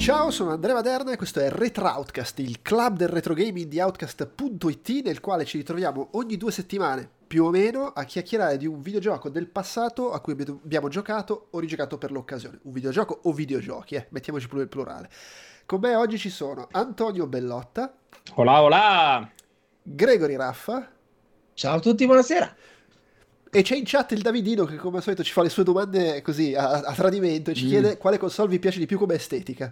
Ciao, sono Andrea Maderna e questo è Retroutcast, il club del retro gaming di Outcast.it, nel quale ci ritroviamo ogni 2 settimane, più o meno, a chiacchierare di un videogioco del passato a cui abbiamo giocato o rigiocato per l'occasione. Un videogioco o videogiochi, mettiamoci pure il plurale. Con me oggi ci sono Antonio Bellotta. Hola, hola! Gregory Raffa. Ciao a tutti, buonasera. E c'è in chat il Davidino che come al solito ci fa le sue domande così a tradimento e ci chiede quale console vi piace di più come estetica.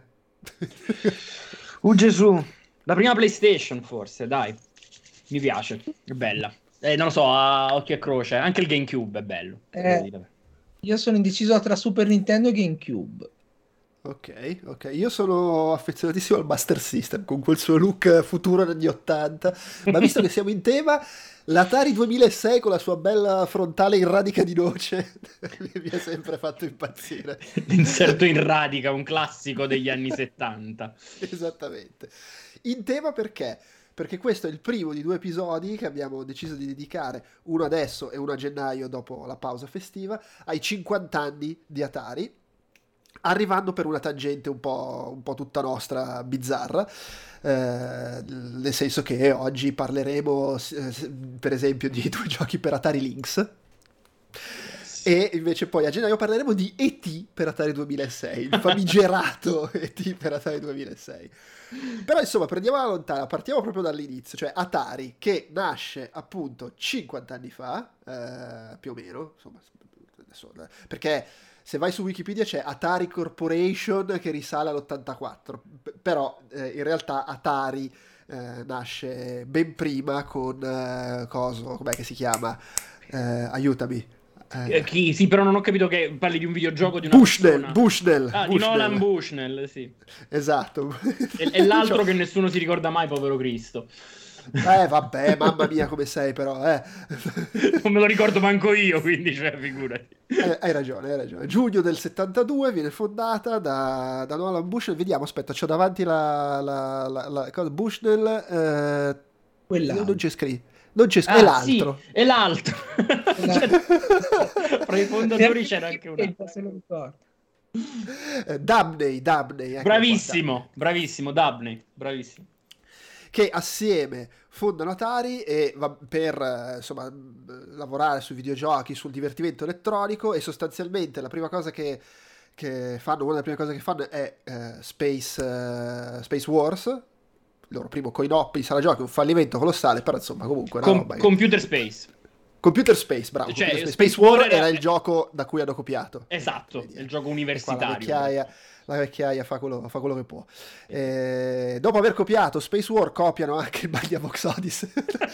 Gesù, la prima PlayStation forse, dai, mi piace, è bella. Non lo so, a occhio e croce, anche il GameCube è bello. Devo dire. Io sono indeciso tra Super Nintendo e GameCube. Ok, io sono affezionatissimo al Master System con quel suo look futuro negli 80, ma visto che siamo in tema, l'Atari 2006 con la sua bella frontale in radica di noce mi ha sempre fatto impazzire. L'inserto in radica, un classico degli anni 70. Esattamente. In tema perché? Perché questo è il primo di 2 episodi che abbiamo deciso di dedicare, uno adesso e uno a gennaio dopo la pausa festiva, ai 50 anni di Atari, arrivando per una tangente un po' tutta nostra, bizzarra, nel senso che oggi parleremo per esempio di 2 giochi per Atari Lynx, e invece poi a gennaio parleremo di E.T. per Atari 2006, il famigerato E.T. per Atari 2006. Però insomma, prendiamola lontana, partiamo proprio dall'inizio, cioè Atari, che nasce appunto 50 anni fa, più o meno, insomma, adesso, perché se vai su Wikipedia c'è Atari Corporation che risale all'84, però in realtà Atari nasce ben prima con com'è che si chiama? Aiutami. Chi? Sì, però non ho capito che parli di un videogioco di una persona. Bushnell. Ah, di Nolan Bushnell, sì. Esatto. E l'altro che nessuno si ricorda mai, povero Cristo. Vabbè, mamma mia come sei però, Non me lo ricordo manco io, quindi, cioè, figurati. Hai ragione. Giugno del 72 viene fondata da Nolan Bushnell. Vediamo, aspetta, c'ho davanti la cosa. Bushnell. Non c'è scritto. È l'altro. Sì, è l'altro. Fra i fondatori c'era anche un altro. Se lo ricordo. Dabney. Bravissimo, Dabney, bravissimo. Che assieme fondano Atari e per insomma lavorare sui videogiochi, sul divertimento elettronico, e sostanzialmente la prima cosa che fanno, una delle prime cose che fanno è Space Wars, il loro primo coin-op in sala giochi, un fallimento colossale, però insomma comunque Computer Space, bravo, cioè, Computer Space War era il gioco da cui hanno copiato. Esatto, è il gioco universitario. La vecchiaia fa quello che può. Dopo aver copiato Space War, copiano anche il Magnavox Odyssey.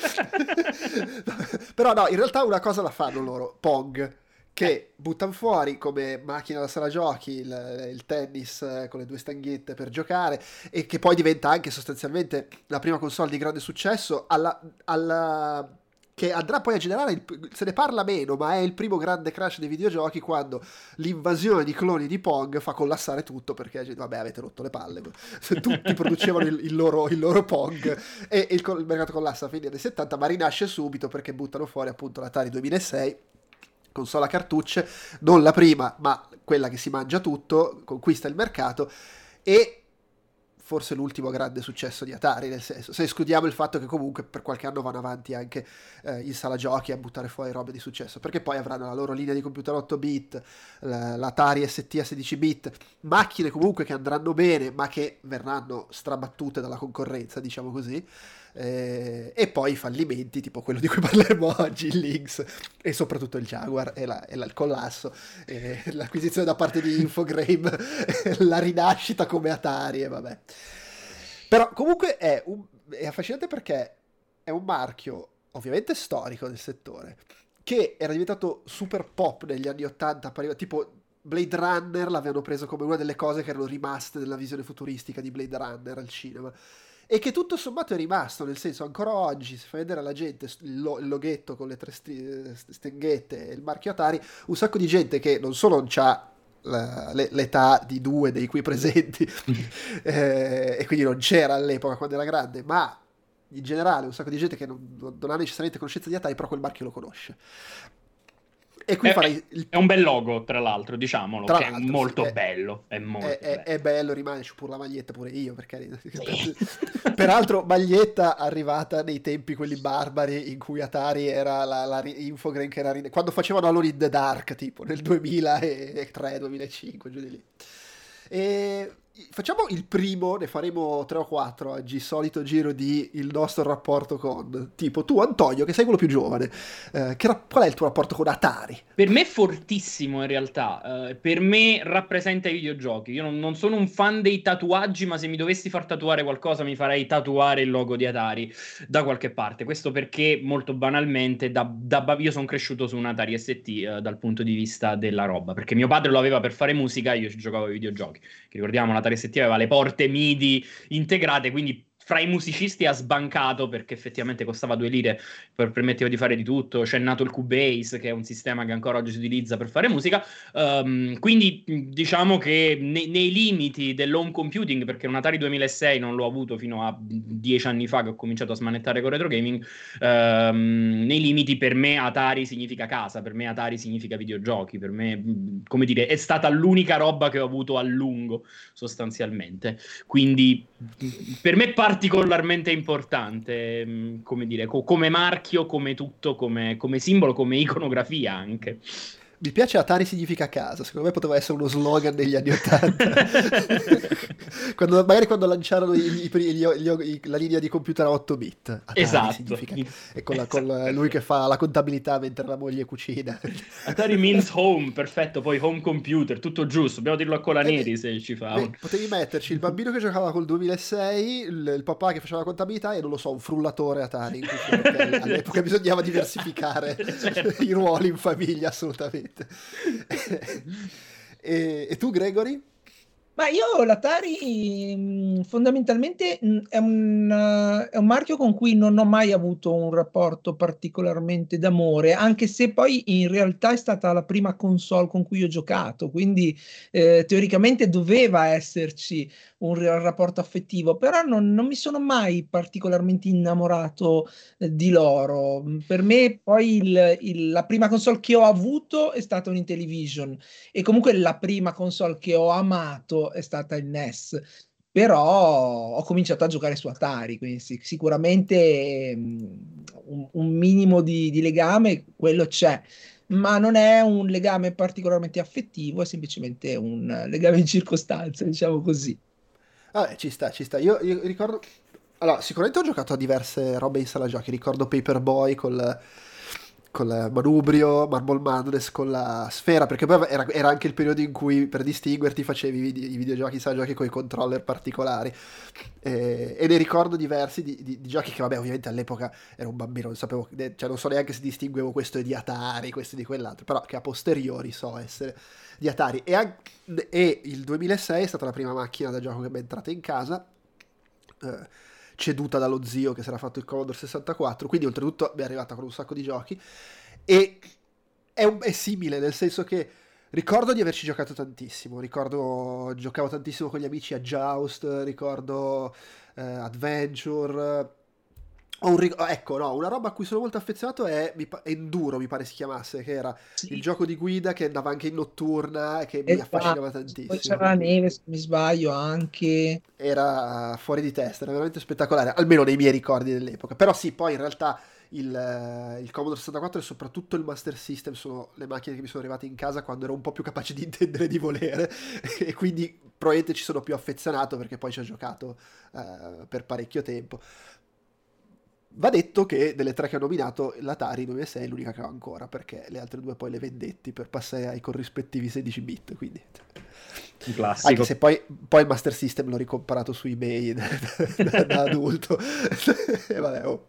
Però no, in realtà una cosa la fanno loro, Pong, che buttano fuori come macchina da sala giochi il tennis con le 2 stanghette per giocare, e che poi diventa anche sostanzialmente la prima console di grande successo che andrà poi a generare, se ne parla meno, ma è il primo grande crash dei videogiochi, quando l'invasione di cloni di Pong fa collassare tutto, perché vabbè, avete rotto le palle, tutti producevano il loro Pong, e il mercato collassa a fine anni 70, ma rinasce subito perché buttano fuori appunto l'Atari 2006, console a cartucce, non la prima ma quella che si mangia tutto, conquista il mercato, e forse l'ultimo grande successo di Atari, nel senso, se escludiamo il fatto che comunque per qualche anno vanno avanti anche in sala giochi a buttare fuori robe di successo, perché poi avranno la loro linea di computer 8 bit, l'Atari ST a 16 bit, macchine comunque che andranno bene ma che verranno strabattute dalla concorrenza, diciamo così, e poi i fallimenti tipo quello di cui parleremo oggi, il Lynx, e soprattutto il Jaguar e il collasso, l'acquisizione da parte di Infogrames, la rinascita come Atari, e vabbè. Però comunque è affascinante perché è un marchio ovviamente storico del settore, che era diventato super pop negli anni 80, tipo Blade Runner l'avevano preso come una delle cose che erano rimaste nella visione futuristica di Blade Runner al cinema, e che tutto sommato è rimasto, nel senso, ancora oggi se fai vedere alla gente il loghetto con le 3 stenghette e il marchio Atari, un sacco di gente che non solo non c'ha l'età di 2 dei qui presenti e quindi non c'era all'epoca quando era grande, ma in generale un sacco di gente che non ha necessariamente conoscenza di Atari, però quel marchio lo conosce. E qui farei è un bel logo, tra l'altro, diciamolo, Tra che l'altro, è molto sì, bello. È molto bello. è bello, rimane, c'ho pure la maglietta pure io, perché Sì. peraltro maglietta arrivata nei tempi quelli barbari in cui Atari era la Infograin che era quando facevano Alone in the Dark, tipo nel 2003-2005, giù di lì. E facciamo il primo, ne faremo 3 o 4 oggi, solito giro di il nostro rapporto con, tipo tu Antonio, che sei quello più giovane, qual è il tuo rapporto con Atari? Per me è fortissimo in realtà, per me rappresenta i videogiochi. Io non sono un fan dei tatuaggi, ma se mi dovessi far tatuare qualcosa mi farei tatuare il logo di Atari da qualche parte. Questo perché molto banalmente io sono cresciuto su un Atari ST dal punto di vista della roba, perché mio padre lo aveva per fare musica e io ci giocavo ai videogiochi. Che ricordiamo, l'Atari ST aveva le porte MIDI integrate, quindi fra i musicisti ha sbancato perché effettivamente costava 2 lire, permetteva di fare di tutto. C'è nato il Cubase, che è un sistema che ancora oggi si utilizza per fare musica. Quindi diciamo che nei limiti dell'home computing, perché un Atari 2006 non l'ho avuto fino a 10 anni fa che ho cominciato a smanettare con retro gaming, nei limiti per me Atari significa casa, per me Atari significa videogiochi, per me, come dire, è stata l'unica roba che ho avuto a lungo sostanzialmente. Quindi per me è particolarmente importante, come dire, come marchio, come tutto, come simbolo, come iconografia anche. Mi piace Atari significa casa, secondo me poteva essere uno slogan degli anni '80. Magari quando lanciarono la linea di computer a 8 bit. Atari Esatto. significa... E con lui che fa la contabilità mentre la moglie cucina. Atari means home, perfetto, poi home computer, tutto giusto, dobbiamo dirlo a Colaneri se ci fa. Potevi metterci il bambino che giocava col 2006, il papà che faceva la contabilità e non lo so, un frullatore Atari in cucina, perché all'epoca bisognava diversificare i ruoli in famiglia assolutamente. E tu Gregory? Ma io l'Atari fondamentalmente è un marchio con cui non ho mai avuto un rapporto particolarmente d'amore, anche se poi in realtà è stata la prima console con cui ho giocato, quindi teoricamente doveva esserci un rapporto affettivo, però non mi sono mai particolarmente innamorato di loro. Per me poi la prima console che ho avuto è stata un Intellivision e comunque la prima console che ho amato è stata il NES, però ho cominciato a giocare su Atari, quindi sicuramente un minimo di legame, quello c'è, ma non è un legame particolarmente affettivo, è semplicemente un legame in circostanza, diciamo così. Vabbè, ci sta, ci sta. Io ricordo... Allora, sicuramente ho giocato a diverse robe in sala giochi. Ricordo Paperboy col Manubrio, Marble Madness con la Sfera, perché poi era anche il periodo in cui per distinguerti facevi i videogiochi in sala giochi con i controller particolari. E ne ricordo diversi di giochi che, vabbè, ovviamente all'epoca ero un bambino, non sapevo, cioè non so neanche se distinguevo questo è di Atari, questo è di quell'altro, però che a posteriori so essere di Atari. E il 2006 è stata la prima macchina da gioco che mi è entrata in casa, ceduta dallo zio che si era fatto il Commodore 64, quindi oltretutto mi è arrivata con un sacco di giochi e è simile, nel senso che ricordo di averci giocato tantissimo, giocavo tantissimo con gli amici a Joust, ricordo Adventure. Ecco, no, una roba a cui sono molto affezionato è Enduro, mi pare si chiamasse, che era il gioco di guida che andava anche in notturna e che mi affascinava Poi tantissimo. c'era la neve, se mi sbaglio, anche. Era fuori di testa, era veramente spettacolare, almeno nei miei ricordi dell'epoca. Però sì, poi in realtà il Commodore 64 e soprattutto il Master System sono le macchine che mi sono arrivate in casa quando ero un po' più capace di intendere e di volere e quindi probabilmente ci sono più affezionato perché poi ci ho giocato per parecchio tempo. Va detto che delle 3 che ho nominato, l'Atari 96 è l'unica che ho ancora, perché le altre 2 poi le vendetti per passare ai corrispettivi 16 bit, quindi... Un classico. Anche se poi il Master System l'ho ricomparato su eBay da adulto. E vabbè, oh.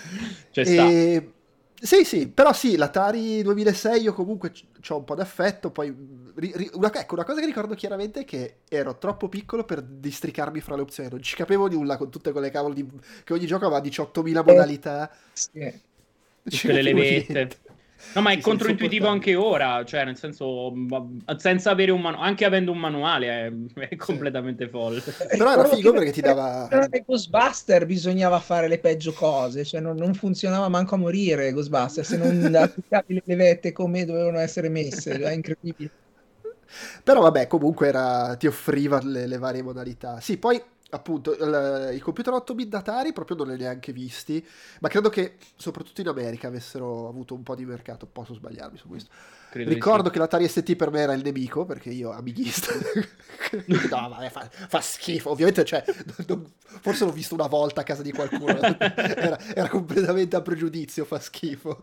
Sta. Sì, però sì, l'Atari 2006 io comunque c'ho un po' d'affetto, poi ecco, una cosa che ricordo chiaramente è che ero troppo piccolo per districarmi fra le opzioni, non ci capivo nulla con tutte quelle cavolo che ogni gioco aveva 18.000 modalità. Sì. Tutte le levette. No, ma è Sì, sì, controintuitivo insopportabile. anche ora, cioè nel senso, senza avere un manuale, anche avendo un manuale è Sì. completamente folle. Però era Ricordo che figo per perché ti dava... funzionare Ghostbuster bisognava fare le peggio cose, cioè non funzionava manco a morire Ghostbuster se non applicavi le levette come dovevano essere messe, è incredibile. Però vabbè, comunque ti offriva le varie modalità. Sì, poi appunto i computer 8-bit Atari proprio non li ho neanche visti, ma credo che soprattutto in America avessero avuto un po' di mercato, posso sbagliarmi su questo. Credo di sì. Ricordo che l'Atari ST per me era il nemico, perché io amighista. No, vabbè, fa schifo. Ovviamente, cioè, forse l'ho visto una volta a casa di qualcuno. Era completamente a pregiudizio, fa schifo.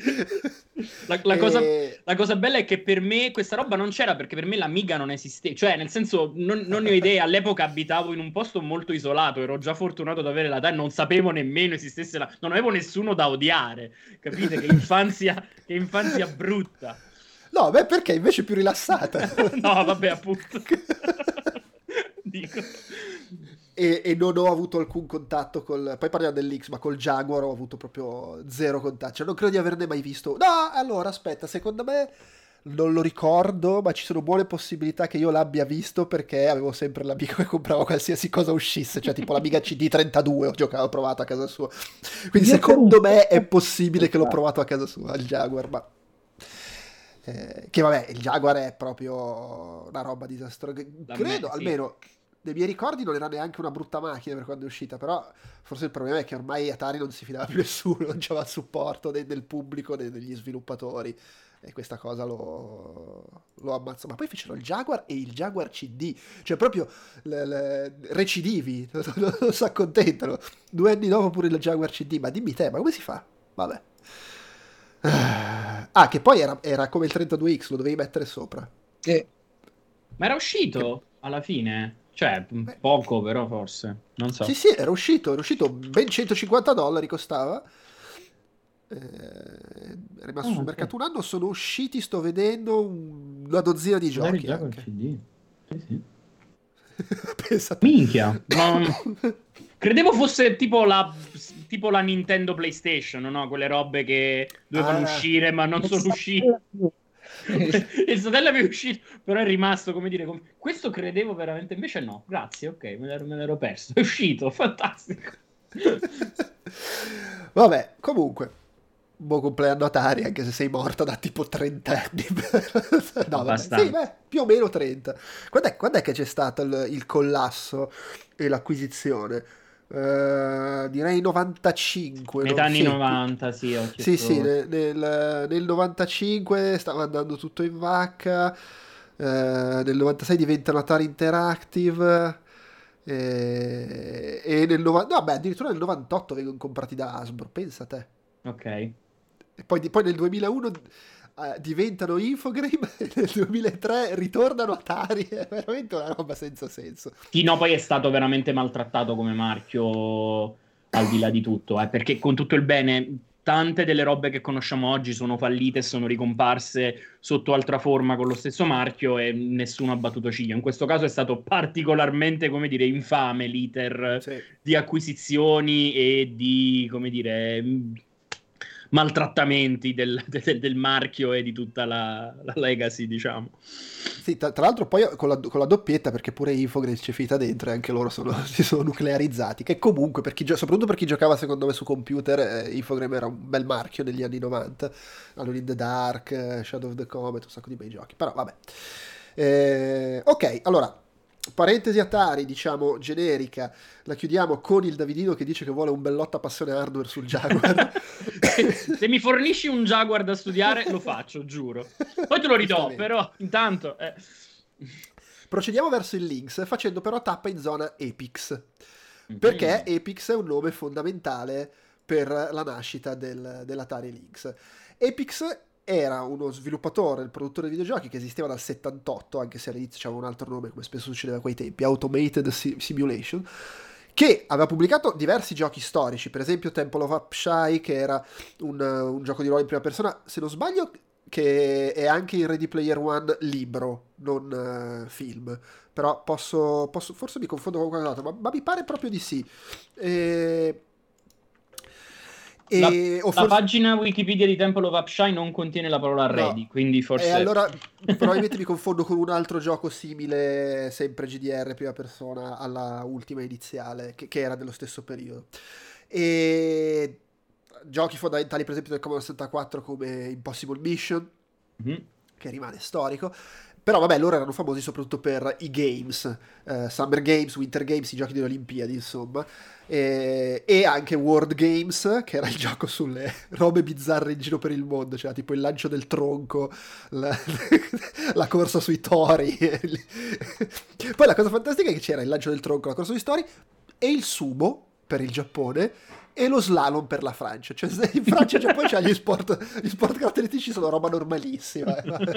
E... La cosa bella è che per me questa roba non c'era perché per me l'Amiga non esisteva, cioè nel senso non ne ho idea, all'epoca abitavo in un posto molto isolato, ero già fortunato ad avere la TAR, non sapevo nemmeno esistesse non avevo nessuno da odiare, capite? Che infanzia brutta. No, beh, perché invece è più rilassata. No, vabbè, appunto. Dico. E non ho avuto alcun contatto poi parliamo dell'X, ma col Jaguar ho avuto proprio zero contatto, cioè non credo di averne mai visto. No, allora aspetta, secondo me non lo ricordo, ma ci sono buone possibilità che io l'abbia visto perché avevo sempre l'amico che comprava qualsiasi cosa uscisse, cioè tipo l'Amiga CD32 ho provato a casa sua. Quindi Io per un secondo me è po'... possibile che l'ho provato a casa sua, il Jaguar, ma... che vabbè, il Jaguar è proprio una roba disastrosa. Credo, Sì. almeno nei miei ricordi non era neanche una brutta macchina per quando è uscita, però forse il problema è che ormai Atari non si fidava più nessuno, non c'era il supporto del pubblico, degli sviluppatori, e questa cosa lo ammazza. Ma poi fecero il Jaguar e il Jaguar CD, cioè proprio recidivi, non si accontentano. 2 anni dopo pure il Jaguar CD, ma dimmi te, ma come si fa? Vabbè. Ah, che poi era come il 32X, lo dovevi mettere sopra. Sì. Ma era Che- uscito alla fine? Cioè, beh, poco però forse, non sì, so. sì, era uscito, ben $150 costava. È rimasto sul Ok. mercato un anno, sono usciti, sto vedendo, una dozzina di Magari giochi già col anche. CD. Sì, sì. Pensa te. Minchia, ma credevo fosse tipo la Nintendo PlayStation, no? Quelle robe che dovevano Ah, uscire ma non sono uscite. Il satellite è uscito, però è rimasto, come dire, questo credevo veramente, invece no, grazie, ok, me l'ero perso, è uscito, fantastico. vabbè, comunque, buon compleanno Atari, anche se sei morta da tipo 30 anni. No, vabbè, sì, Abbastanza. beh, più o meno 30. Quando è che c'è stato il collasso e l'acquisizione? Direi 95, Metà no? anni Sì, 90, sì, ho sì, sì, chiesto. nel 95 stava andando tutto in vacca, nel 96 diventa Atari Interactive, e nel 90, no, beh, addirittura nel 98 vengono comprati da Hasbro, pensa te. Ok. E poi nel 2001 diventano Infogrames e nel 2003 ritornano Atari, è veramente una roba senza senso. Sì, no, poi è stato veramente maltrattato come marchio al di là di tutto, perché con tutto il bene, tante delle robe che conosciamo oggi sono fallite e sono ricomparse sotto altra forma con lo stesso marchio e nessuno ha battuto ciglio. In questo caso è stato particolarmente, come dire, infame l'iter Sì. di acquisizioni e di, come dire, maltrattamenti del marchio e di tutta la legacy, diciamo. Sì, tra l'altro poi con la doppietta, perché pure Infogrames c'è finita dentro e anche loro si sono nuclearizzati, che comunque, soprattutto per chi giocava secondo me su computer, Infogrames era un bel marchio negli anni 90, Alone in the Dark, Shadow of the Comet, un sacco di bei giochi, però vabbè. Ok, allora, parentesi Atari, diciamo, generica, la chiudiamo con il Davidino che dice che vuole un bell'otta passione hardware sul Jaguar. Se mi fornisci un Jaguar da studiare, lo faccio, giuro. Poi te lo ridò, Giustamente. però intanto... Procediamo verso il Lynx facendo però tappa in zona Epix, perché Mhm. Epix è un nome fondamentale per la nascita dell'Atari Lynx. Epix era uno sviluppatore, il produttore di videogiochi che esisteva dal 78, anche se all'inizio aveva un altro nome, come spesso succedeva a quei tempi, Automated Simulation, che aveva pubblicato diversi giochi storici, per esempio Temple of Upshai, che era un gioco di ruolo in prima persona, se non sbaglio, che è anche in Ready Player One libro, non film. Però forse mi confondo con qualcos'altro, ma mi pare proprio di sì. E, La pagina Wikipedia di Temple of Upshine non contiene la parola ready, quindi forse... E allora probabilmente mi confondo con un altro gioco simile, sempre GDR, prima persona, alla ultima iniziale, che era dello stesso periodo. E giochi fondamentali, per esempio, del Commodore 64 come Impossible Mission, che rimane storico. Però vabbè, loro erano famosi soprattutto per i games, Summer Games, Winter Games, i giochi delle Olimpiadi, insomma, e anche World Games, che era il gioco sulle robe bizzarre in giro per il mondo, cioè tipo il lancio del tronco, la corsa sui tori. Poi la cosa fantastica è che c'era il lancio del tronco, la corsa sui tori, e il sumo per il Giappone, e lo slalom per la Francia. Cioè in Francia e Giappone c'è gli sport caratteristici, sono roba normalissima.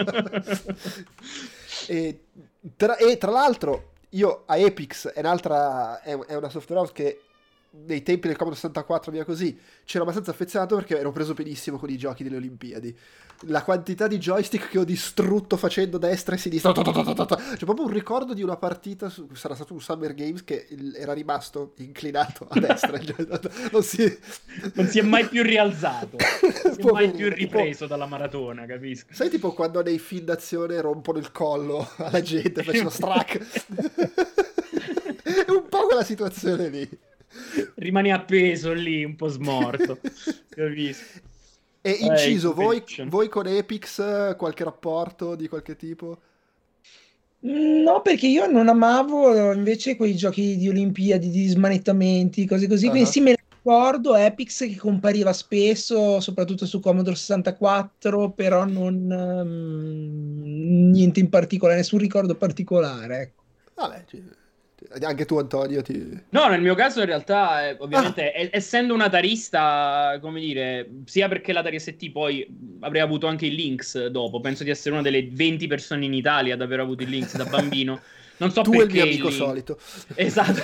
e tra l'altro io a Epix è una software house che nei tempi del Commodore 64 via così c'ero abbastanza affezionato, perché ero preso benissimo con i giochi delle Olimpiadi. La quantità di joystick che ho distrutto facendo destra e sinistra, c'è proprio un ricordo di una partita sarà stato un Summer Games che era rimasto inclinato a destra. non si è mai più rialzato, non si è mai più ripreso tipo, dalla maratona, capisco. Sai, tipo quando nei film d'azione rompono il collo alla gente, faccio strack. È un po' quella situazione lì. Rimani appeso lì, un po' smorto. Capisco. E inciso, voi con Epix qualche rapporto di qualche tipo? No, perché io non amavo invece quei giochi di Olimpiadi, di smanettamenti, cose così. Quindi sì, me ne ricordo Epix che compariva spesso, soprattutto su Commodore 64, però non niente in particolare, nessun ricordo particolare, ecco. Vabbè, anche tu, Antonio, No, nel mio caso in realtà ovviamente essendo un atarista, come dire, sia perché l'Atari ST poi avrei avuto anche il Lynx dopo, penso di essere una delle 20 persone in Italia ad aver avuto il Lynx da bambino. Non so tu perché e il mio amico solito. Esatto.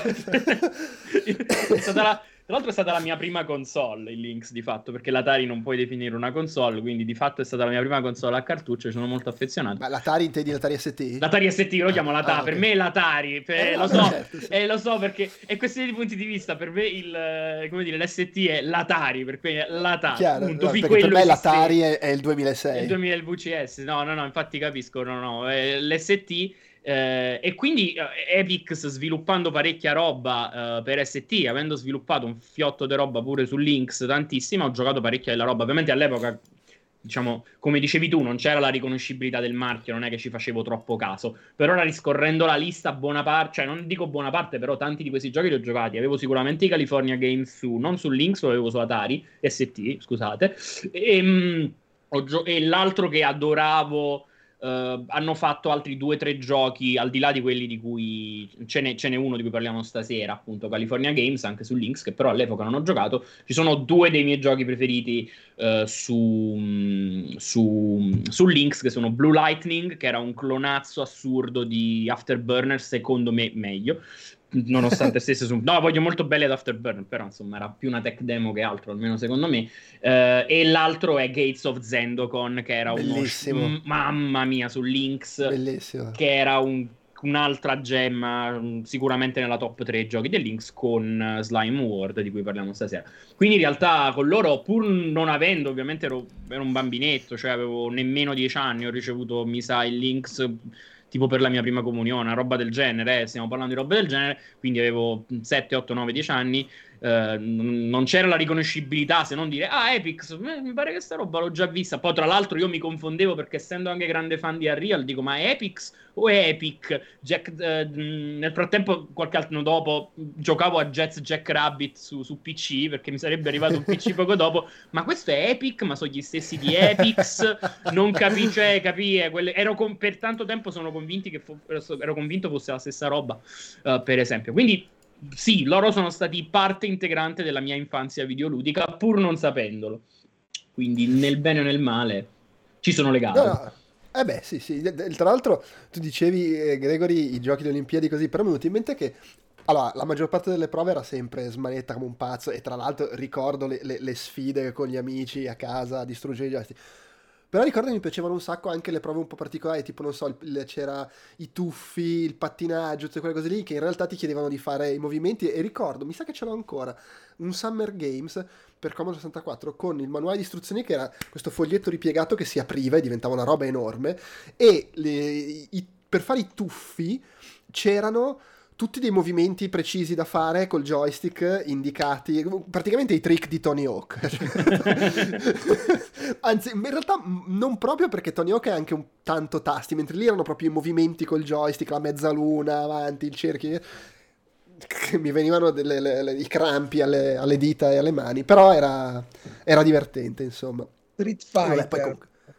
Tra l'altro è stata la mia prima console, il Lynx, di fatto, perché l'Atari non puoi definire una console, quindi di fatto è stata la mia prima console a cartuccio e sono molto affezionato. Ma l'Atari intendi l'Atari ST? L'Atari ST, io lo chiamo l'Atari, per me è l'Atari, lo so, certo, sì. Lo so perché è questione di punti di vista, per me come dire, l'ST è l'Atari, per cui è l'Atari. Chiaro, no, perché per me l'Atari è il 2006. Il 2000 il VCS, no, infatti capisco, l'ST... e quindi Epix, sviluppando parecchia roba per ST, avendo sviluppato un fiotto di roba pure su Lynx, tantissima, ho giocato parecchia della roba. Ovviamente all'epoca, diciamo, come dicevi tu, non c'era la riconoscibilità del marchio, non è che ci facevo troppo caso. Per ora, riscorrendo la lista, buona parte, cioè non dico buona parte, però tanti di questi giochi li ho giocati. Avevo sicuramente i California Games non su Lynx, lo avevo su Atari ST, scusate, e l'altro che adoravo. Hanno fatto altri 2 o 3 giochi al di là di quelli di cui ce n'è uno di cui parliamo stasera, appunto California Games, anche su Lynx, che però all'epoca non ho giocato. Ci sono 2 dei miei giochi preferiti su Lynx, che sono Blue Lightning, che era un clonazzo assurdo di Afterburner, secondo me meglio, nonostante stesse no, voglio molto belle ad Afterburner, però insomma era più una tech demo che altro, almeno secondo me. E l'altro è Gates of Zendocon, che era mamma mia, su Lynx, bellissimo, che era un'altra gemma, sicuramente nella top 3 giochi del Lynx, con Slime World, di cui parliamo stasera. Quindi in realtà con loro, pur non avendo, ovviamente ero un bambinetto, cioè avevo nemmeno 10 anni, ho ricevuto, mi sa, il Lynx tipo per la mia prima comunione, una roba del genere, stiamo parlando di roba del genere, quindi avevo 7, 8, 9, 10 anni, non c'era la riconoscibilità, se non dire, Epix, mi pare che sta roba l'ho già vista. Poi tra l'altro io mi confondevo, perché essendo anche grande fan di Unreal, dico, ma è Epix o è Epic? Nel frattempo, qualche anno dopo, giocavo a Jets Jackrabbit su PC, perché mi sarebbe arrivato un PC poco dopo, ma questo è Epic, ma sono gli stessi di Epix, non capì, cioè, per tanto tempo ero convinto fosse la stessa roba, per esempio. Quindi sì, loro sono stati parte integrante della mia infanzia videoludica, pur non sapendolo. Quindi nel bene o nel male ci sono legato. No. Sì. Tra l'altro tu dicevi, Gregory, i giochi delle Olimpiadi così, però mi è venuto in mente che allora, la maggior parte delle prove era sempre smanetta come un pazzo, e tra l'altro ricordo le sfide con gli amici a casa a distruggere i giochi. Però ricordo che mi piacevano un sacco anche le prove un po' particolari, tipo non so, c'era i tuffi, il pattinaggio, tutte quelle cose lì che in realtà ti chiedevano di fare i movimenti, e ricordo, mi sa che ce l'ho ancora, un Summer Games per Commodore 64 con il manuale di istruzioni che era questo foglietto ripiegato che si apriva e diventava una roba enorme, e per fare i tuffi c'erano tutti dei movimenti precisi da fare col joystick indicati, praticamente i trick di Tony Hawk. Anzi, in realtà non proprio, perché Tony Hawk è anche un tanto tasti, mentre lì erano proprio i movimenti col joystick, la mezzaluna, avanti, il cerchio, che mi venivano i crampi alle dita e alle mani, però era divertente, insomma. Street Fighter.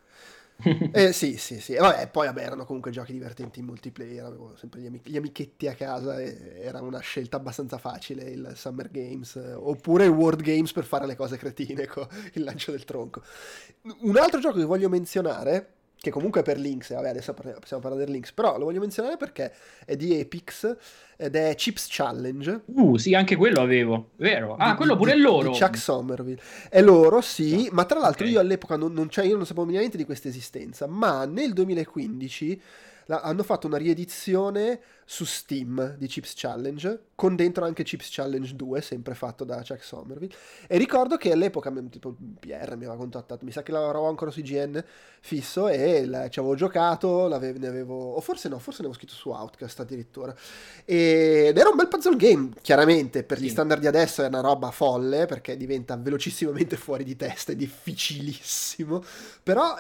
Sì. Poi erano comunque giochi divertenti in multiplayer, avevo sempre gli amichetti a casa e era una scelta abbastanza facile il Summer Games, oppure il World Games per fare le cose cretine con il lancio del tronco. Un altro gioco che voglio menzionare, che comunque è per Lynx, adesso possiamo parlare del Lynx, però lo voglio menzionare perché è di Epix ed è Chips Challenge. Sì, anche quello avevo, vero? Quello pure è loro. Di Chuck Somerville. È loro, sì, No. ma tra l'altro Okay. io all'epoca io non sapevo niente di questa esistenza, ma nel 2015 hanno fatto una riedizione su Steam di Chips Challenge, con dentro anche Chips Challenge 2, sempre fatto da Chuck Somerville, e ricordo che all'epoca tipo PR mi aveva contattato, mi sa che lavoravo ancora su IGN fisso, e ci avevo giocato, o forse ne avevo scritto su Outcast addirittura, ed era un bel puzzle game, chiaramente per gli standard di adesso è una roba folle, perché diventa velocissimamente fuori di testa, è difficilissimo, però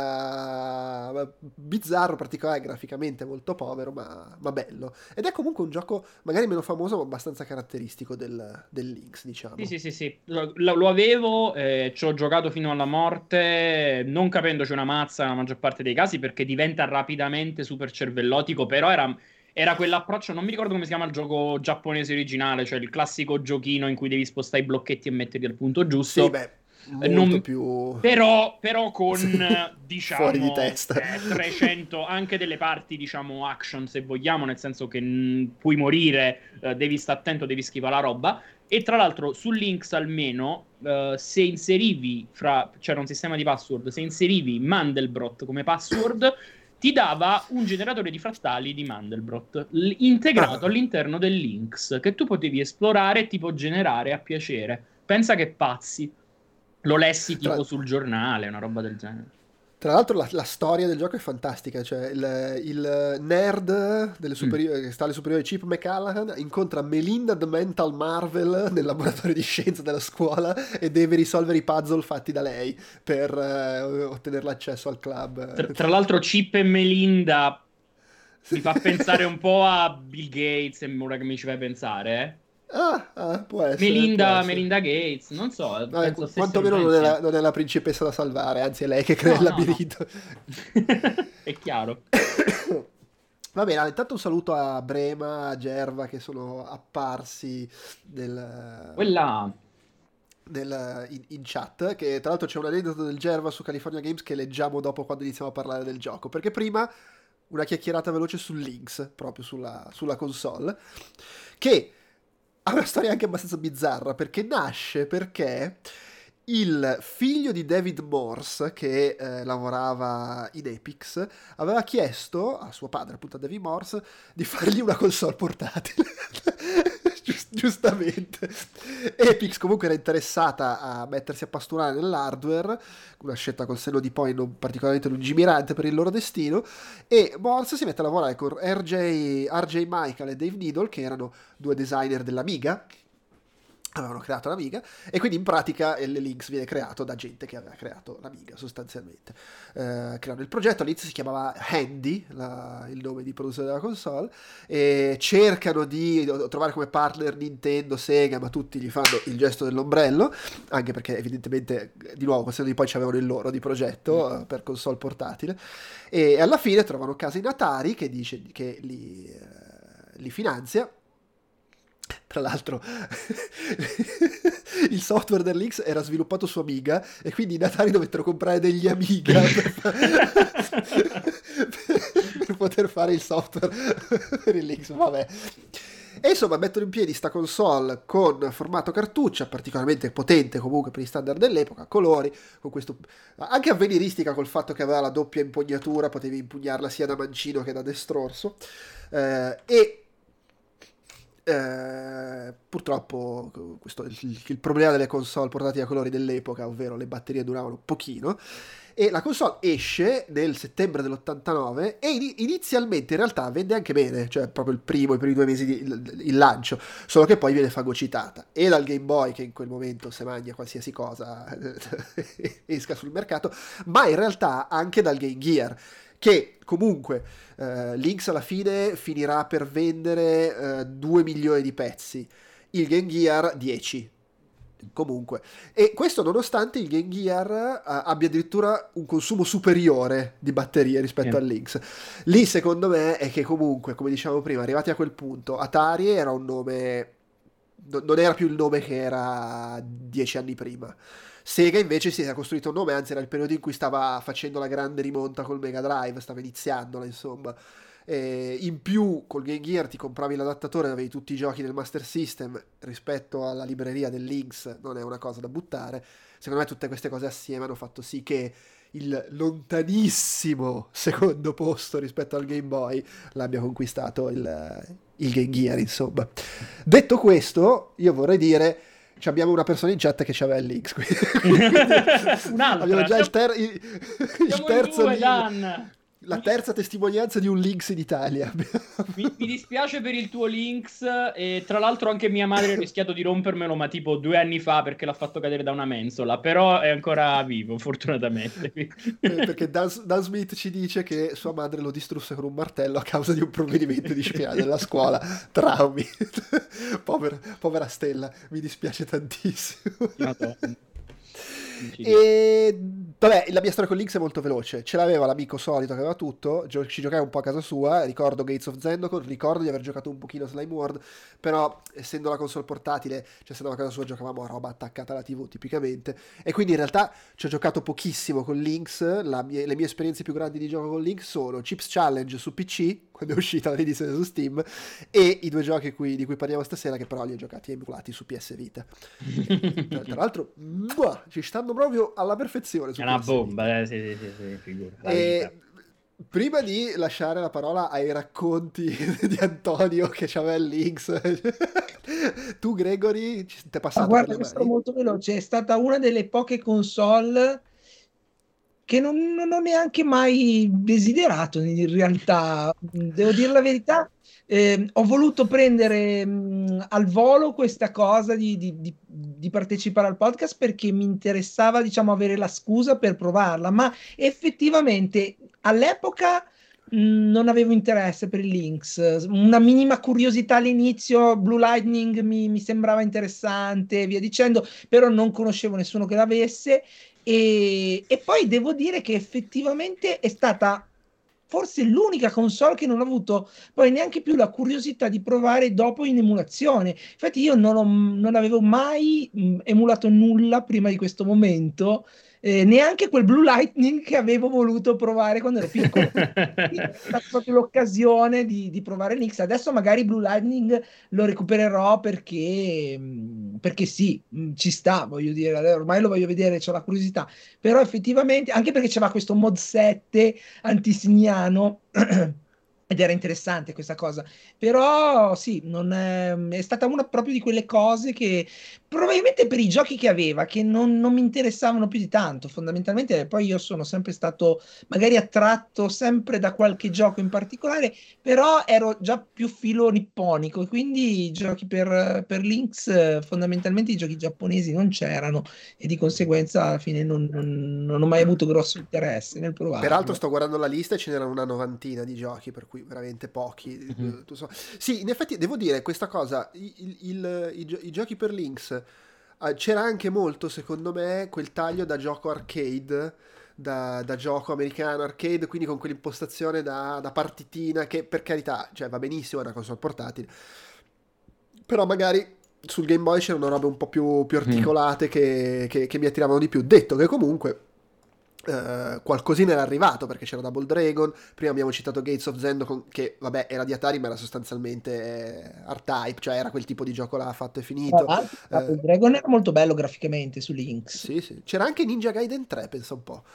era bizzarro, particolare, graficamente molto povero, ma bello. Ed è comunque un gioco magari meno famoso, ma abbastanza caratteristico del Lynx, diciamo. Sì. Lo avevo, ci ho giocato fino alla morte, non capendoci una mazza nella maggior parte dei casi, perché diventa rapidamente super cervellotico, però era quell'approccio, non mi ricordo come si chiama il gioco giapponese originale, cioè il classico giochino in cui devi spostare i blocchetti e metterli al punto giusto. Sì, beh, molto più... Però con, diciamo, fuori di testa. 300, anche delle parti, diciamo, action, se vogliamo, nel senso che puoi morire, devi stare attento, devi schivare la roba. E tra l'altro su Lynx almeno, se inserivi, c'era un sistema di password, se inserivi Mandelbrot come password, ti dava un generatore di frattali di Mandelbrot integrato all'interno del Lynx, che tu potevi esplorare e tipo generare a piacere. Pensa che pazzi. Lo lessi tipo sul giornale, una roba del genere. Tra l'altro la storia del gioco è fantastica, cioè il nerd delle che sta alle superiori, Chip McCallaghan, incontra Melinda the Mental Marvel nel laboratorio di scienza della scuola e deve risolvere i puzzle fatti da lei per ottenere l'accesso al club. Tra l'altro Chip e Melinda mi fa pensare un po' a Bill Gates, ora che mi ci fai pensare, può essere. Melinda Gates, non so. Quantomeno non è la principessa da salvare, anzi è lei che crea il labirinto. È chiaro. Va bene, intanto un saluto a Brema, a Gerva, che sono apparsi Quella... in chat, che tra l'altro c'è un aneddoto del Gerva su California Games che leggiamo dopo, quando iniziamo a parlare del gioco, perché prima una chiacchierata veloce sul Lynx, proprio sulla console, che ha una storia anche abbastanza bizzarra, perché nasce perché il figlio di David Morse, che lavorava in Epix, aveva chiesto a suo padre, appunto a David Morse, di fargli una console portatile. Giustamente. Epix comunque era interessata a mettersi a pasturare nell'hardware, una scelta col senno di poi non particolarmente lungimirante per il loro destino, e Morse si mette a lavorare con RJ Michael e Dave Needle, che erano due designer dell'Amiga, avevano creato l'Amiga, e quindi in pratica il Lynx viene creato da gente che aveva creato l'Amiga sostanzialmente. Creano il progetto, all'inizio si chiamava Handy, il nome di produzione della console, e cercano di trovare come partner Nintendo, Sega, ma tutti gli fanno il gesto dell'ombrello, anche perché evidentemente, di nuovo, questi di poi c'avevano il loro di progetto per console portatile, e alla fine trovano casa in Atari, che dice che li finanzia. Tra l'altro il software del Lynx era sviluppato su Amiga, e quindi i Atari dovettero comprare degli Amiga per poter fare il software per il Lynx. Vabbè. E insomma mettono in piedi sta console con formato cartuccia, particolarmente potente comunque per gli standard dell'epoca, colori, con questo anche avveniristica col fatto che aveva la doppia impugnatura, potevi impugnarla sia da mancino che da destrorso. Purtroppo questo è il problema delle console portate a colori dell'epoca, ovvero le batterie duravano pochino. E la console esce nel settembre dell'89 e inizialmente in realtà vende anche bene, cioè proprio i primi 2 mesi il lancio, solo che poi viene fagocitata e dal Game Boy, che in quel momento se mangia qualsiasi cosa esca sul mercato, ma in realtà anche dal Game Gear, che comunque Lynx alla fine finirà per vendere 2 milioni di pezzi, il Game Gear 10 comunque, e questo nonostante il Game Gear abbia addirittura un consumo superiore di batterie rispetto al Lynx. Lì secondo me è che comunque, come dicevamo prima, arrivati a quel punto Atari era un nome, non era più il nome che era 10 anni prima. Sega invece si era costruito un nome, anzi era il periodo in cui stava facendo la grande rimonta col Mega Drive, stava iniziandola insomma. In più col Game Gear ti compravi l'adattatore e avevi tutti i giochi del Master System, rispetto alla libreria del Lynx non è una cosa da buttare. Secondo me tutte queste cose assieme hanno fatto sì che il lontanissimo secondo posto rispetto al Game Boy l'abbia conquistato il Game Gear, insomma. Detto questo, io vorrei dire, abbiamo una persona in chat che c'aveva il Lynx, un'altra, abbiamo già il terzo due, Dan. la terza testimonianza di un Lynx in Italia. Mi dispiace per il tuo Lynx, e tra l'altro anche mia madre ha rischiato di rompermelo, ma tipo 2 anni fa, perché l'ha fatto cadere da una mensola, però è ancora vivo fortunatamente. Perché Dan Smith ci dice che sua madre lo distrusse con un martello a causa di un provvedimento disciplinare della scuola. Traumi. povera Stella, mi dispiace tantissimo. E vabbè, la mia storia con Lynx è molto veloce. Ce l'aveva l'amico solito che aveva tutto, ci giocai un po' a casa sua, ricordo Gates of Zendokon, ricordo di aver giocato un pochino Slime World, però essendo la console portatile, cioè se andavo a casa sua giocavamo a roba attaccata alla TV tipicamente, e quindi in realtà ci ho giocato pochissimo con Lynx. Le mie esperienze più grandi di gioco con Lynx sono Chips Challenge su PC, quando è uscita l'edizione su Steam, e i 2 giochi di cui parliamo stasera, che però li ho giocati emulati su PS Vita. Tra l'altro ci stanno proprio alla perfezione su è una PS bomba, sì, figura. Prima di lasciare la parola ai racconti di Antonio che c'aveva il Lynx, tu Gregory ti è passato guarda, per le questo mani? molto veloce, è stata una delle poche console che non ho neanche mai desiderato in realtà, devo dire la verità. Ho voluto prendere al volo questa cosa di partecipare al podcast perché mi interessava, diciamo, avere la scusa per provarla, ma effettivamente all'epoca non avevo interesse per il Lynx, una minima curiosità all'inizio, Blue Lightning mi sembrava interessante, via dicendo, però non conoscevo nessuno che l'avesse. E poi devo dire che effettivamente è stata forse l'unica console che non ho avuto poi neanche più la curiosità di provare dopo in emulazione. Infatti io non avevo mai emulato nulla prima di questo momento, neanche quel Blue Lightning che avevo voluto provare quando ero piccolo. È stata proprio l'occasione di provare Nix. Adesso magari Blue Lightning lo recupererò perché sì, ci sta, voglio dire, ormai lo voglio vedere, c'ho la curiosità, però effettivamente, anche perché c'era questo mod 7 antisignano ed era interessante questa cosa, però sì, non è stata una proprio di quelle cose che probabilmente per i giochi che aveva, che non mi interessavano più di tanto, fondamentalmente. Poi io sono sempre stato magari attratto sempre da qualche gioco in particolare, però ero già più filo nipponico, e quindi i giochi per Lynx, fondamentalmente i giochi giapponesi non c'erano, e di conseguenza alla fine non ho mai avuto grosso interesse nel provarlo. Peraltro sto guardando la lista e ce n'erano una 90 di giochi, per cui veramente pochi. Sì, in effetti devo dire questa cosa, i giochi per Lynx, c'era anche molto, secondo me, quel taglio da gioco arcade, da gioco americano arcade, quindi con quell'impostazione da partitina, che per carità, cioè va benissimo, è una console portatile, però magari sul Game Boy c'erano robe un po' più articolate che mi attiravano di più. Detto che comunque qualcosina era arrivato, perché c'era Double Dragon, prima abbiamo citato Gates of Zendokon, che vabbè era di Atari ma era sostanzialmente R-Type, cioè era quel tipo di gioco là fatto e finito. Il Dragon era molto bello graficamente su Lynx. Sì, sì. C'era anche Ninja Gaiden 3, pensa un po'.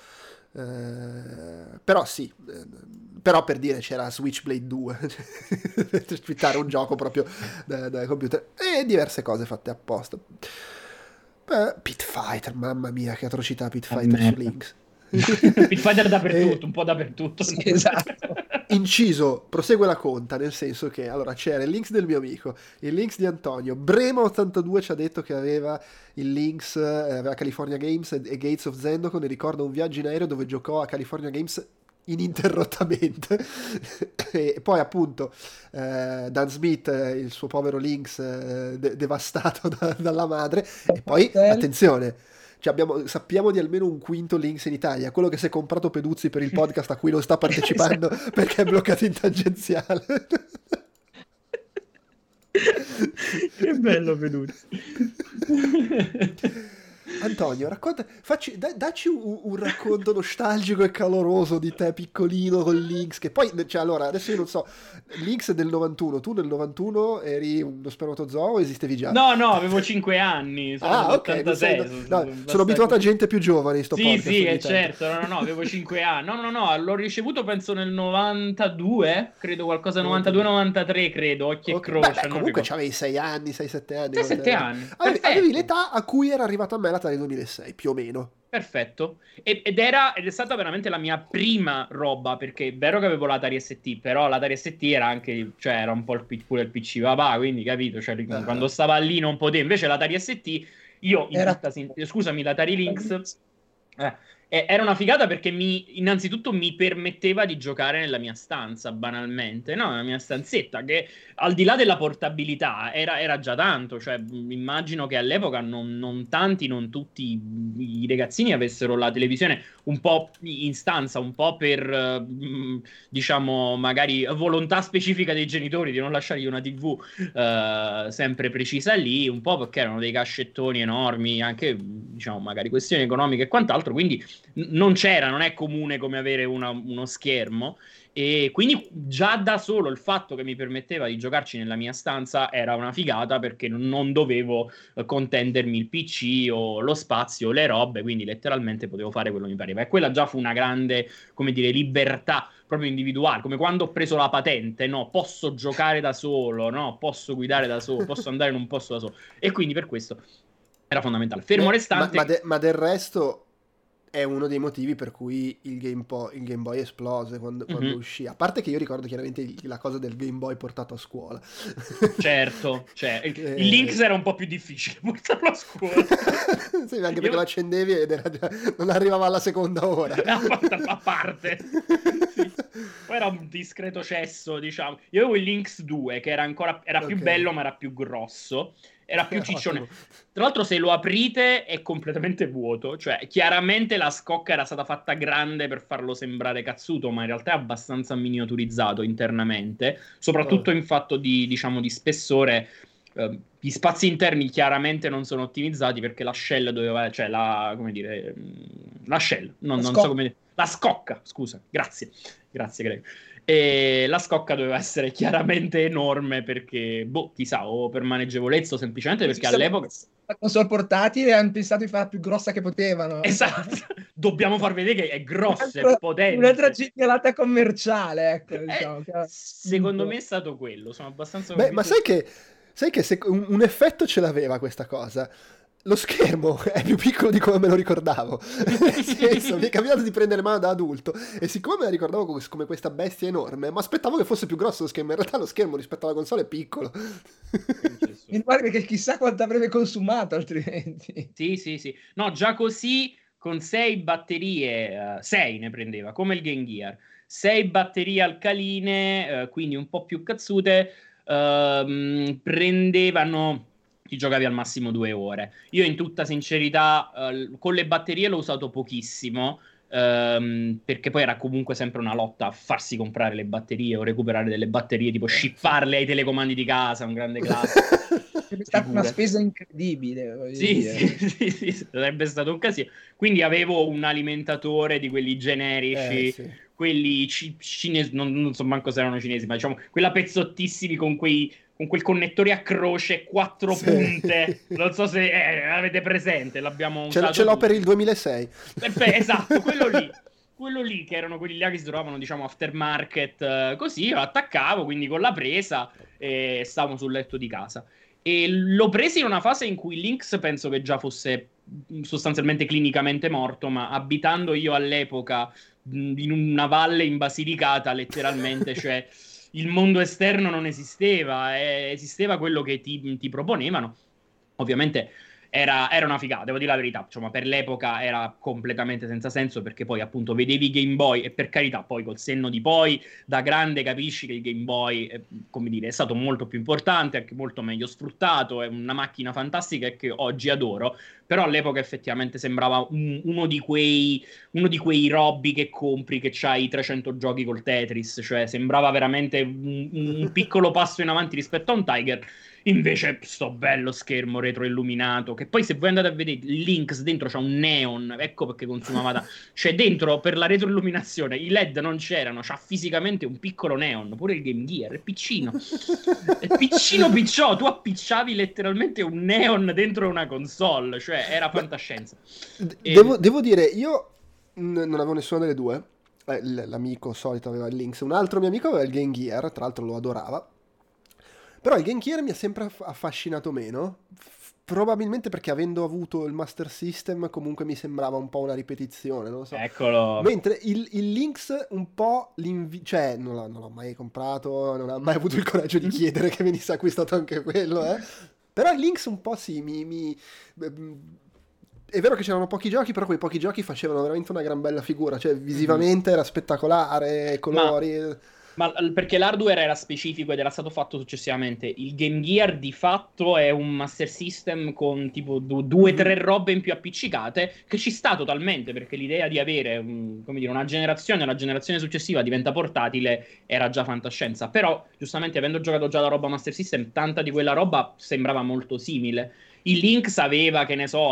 Però sì, però per dire c'era Switchblade 2 per twittare un gioco proprio da computer e diverse cose fatte apposta. Pit Fighter, mamma mia che atrocità, Pit Fighter su Lynx. Pit Fighter dappertutto, un po' dappertutto. Sì, esatto. Inciso, prosegue la conta, nel senso che allora c'era il Lynx del mio amico, il Lynx di Antonio, Brema82 ci ha detto che aveva il Lynx, aveva California Games e Gates of Zendokon, e ricorda un viaggio in aereo dove giocò a California Games ininterrottamente. E poi appunto Dan Smith, il suo povero Lynx devastato dalla madre, e poi attenzione, sappiamo di almeno un quinto Lynx in Italia, quello che si è comprato Peduzzi per il podcast a cui non sta partecipando perché è bloccato in tangenziale. Che bello Peduzzi. Antonio, dacci un racconto nostalgico e caloroso di te piccolino con Lynx, che poi, cioè, allora, adesso io non so, Lynx è del 91, tu nel 91 eri uno spermatozoo o esistevi già? No, avevo 5 anni, sono ok, sono abituato a gente più giovane in sto podcast. Sì, certo, no, avevo 5 anni, no, l'ho ricevuto penso nel 92, credo qualcosa, 92-93 credo, occhi e croce. Comunque c'avevi 6 anni, 6-7 anni. 6-7 anni. Avevi l'età a cui era arrivata a me l'Atari 2006, più o meno. Perfetto. Ed è stata veramente la mia prima roba, perché è vero che avevo l'Atari ST, però l'Atari ST era anche, cioè era un po' pure il PC papà, quindi capito, cioè, quando stava lì non potevo. Invece l'Atari ST, io, scusami, l'Atari Lynx, era una figata perché innanzitutto mi permetteva di giocare nella mia stanza, banalmente, no? Nella mia stanzetta, che al di là della portabilità era già tanto, cioè immagino che all'epoca non tutti i ragazzini avessero la televisione un po' in stanza, un po' per, diciamo, magari volontà specifica dei genitori di non lasciargli una TV sempre precisa lì, un po' perché erano dei cascettoni enormi, anche, diciamo, magari questioni economiche e quant'altro, quindi non è comune come avere uno schermo, e quindi già da solo il fatto che mi permetteva di giocarci nella mia stanza era una figata, perché non dovevo contendermi il PC o lo spazio o le robe, quindi letteralmente potevo fare quello che mi pareva, e quella già fu una grande, come dire, libertà proprio individuale, come quando ho preso la patente, no? Posso giocare da solo, no? Posso guidare da solo, posso andare in un posto da solo, e quindi per questo era fondamentale. Fermo restante... Ma del resto è uno dei motivi per cui il Game Boy esplose quando uscì. A parte che io ricordo chiaramente la cosa del Game Boy portato a scuola. Certo, cioè, il Lynx era un po' più difficile portarlo a scuola. Sì, anche perché lo accendevi ed non arrivava alla seconda ora. A parte. Sì. Poi era un discreto cesso, diciamo. Io avevo il Lynx 2, che era più bello, ma era più grosso. Era più ciccione. Ottimo. Tra l'altro, se lo aprite è completamente vuoto. Cioè, chiaramente la scocca era stata fatta grande per farlo sembrare cazzuto, ma in realtà è abbastanza miniaturizzato internamente, soprattutto in fatto di, diciamo, di spessore. Gli spazi interni chiaramente non sono ottimizzati, perché la shell doveva, cioè come dire, la shell, non so come dire, la scocca, scusa, grazie Greg. E la scocca doveva essere chiaramente enorme, perché, chissà, o per maneggevolezza o semplicemente perché all'epoca... La console portatile hanno pensato di farla più grossa che potevano. Esatto, dobbiamo far vedere che è grossa, è potente. Un'altra genialata commerciale, ecco. Diciamo, secondo me è stato quello, sono abbastanza... Ma sai che un effetto ce l'aveva questa cosa? Lo schermo è più piccolo di come me lo ricordavo. Nel senso, mi è capitato di prendere mano da adulto e siccome me la ricordavo come questa bestia enorme, ma aspettavo che fosse più grosso lo schermo. In realtà lo schermo rispetto alla console è piccolo. Mi pare, perché chissà quanto avrebbe consumato altrimenti. Sì. No, già così, con 6 batterie, 6 ne prendeva, come il Game Gear. 6 batterie alcaline, quindi un po' più cazzute, prendevano... ti giocavi al massimo 2 ore. Io, in tutta sincerità, con le batterie l'ho usato pochissimo, perché poi era comunque sempre una lotta a farsi comprare le batterie o recuperare delle batterie, tipo shipparle ai telecomandi di casa, un grande classico. Sarebbe stata una spesa incredibile, voglio dire. Sì, sarebbe stato un casino. Quindi avevo un alimentatore di quelli generici, sì. quelli cinesi, non so manco se erano cinesi, ma diciamo quella pezzottissimi con quel connettore a croce, 4 Sì. punte. Non so se avete presente, l'abbiamo usato Ce l'ho tutti. per il 2006. Esatto, quello lì che erano quelli là che si trovavano, diciamo, aftermarket, così, lo attaccavo, quindi con la presa e stavamo sul letto di casa. E l'ho preso in una fase in cui Lynx penso che già fosse sostanzialmente clinicamente morto, ma abitando io all'epoca in una valle in Basilicata, letteralmente, cioè il mondo esterno non esisteva, esisteva quello che ti proponevano. Ovviamente era una figata, devo dire la verità, cioè, ma per l'epoca era completamente senza senso, perché poi appunto vedevi Game Boy e per carità poi col senno di poi da grande capisci che il Game Boy come dire, è stato molto più importante, anche molto meglio sfruttato, è una macchina fantastica e che oggi adoro, però all'epoca effettivamente sembrava uno di quei robby che compri che c'hai 300 giochi col Tetris, cioè sembrava veramente un piccolo passo in avanti rispetto a un Tiger. Invece sto bello schermo retroilluminato, che poi se voi andate a vedere il Lynx dentro c'ha un neon, ecco perché consumava cioè dentro per la retroilluminazione i LED non c'erano, c'ha fisicamente un piccolo neon, pure il Game Gear, è piccino picciò, tu appicciavi letteralmente un neon dentro una console, cioè era fantascienza. Devo dire, io non avevo nessuna delle due. L'amico solito aveva il Lynx, un altro mio amico aveva il Game Gear, tra l'altro lo adorava. Però il Game Gear mi ha sempre affascinato meno, probabilmente perché avendo avuto il Master System comunque mi sembrava un po' una ripetizione, non lo so. Eccolo. Mentre il Lynx un po' cioè non l'ho mai comprato, non ho mai avuto il coraggio di chiedere che venisse acquistato anche quello, Però il Lynx un po' sì, è vero che c'erano pochi giochi, però quei pochi giochi facevano veramente una gran bella figura, cioè visivamente era spettacolare, colori... Ma perché l'hardware era specifico ed era stato fatto successivamente. Il Game Gear di fatto è un Master System con tipo 2-3 robe in più appiccicate, che ci sta totalmente, perché l'idea di avere come dire, una generazione successiva diventa portatile era già fantascienza. Però, giustamente, avendo giocato già la roba Master System, tanta di quella roba sembrava molto simile. Il Lynx aveva, che ne so,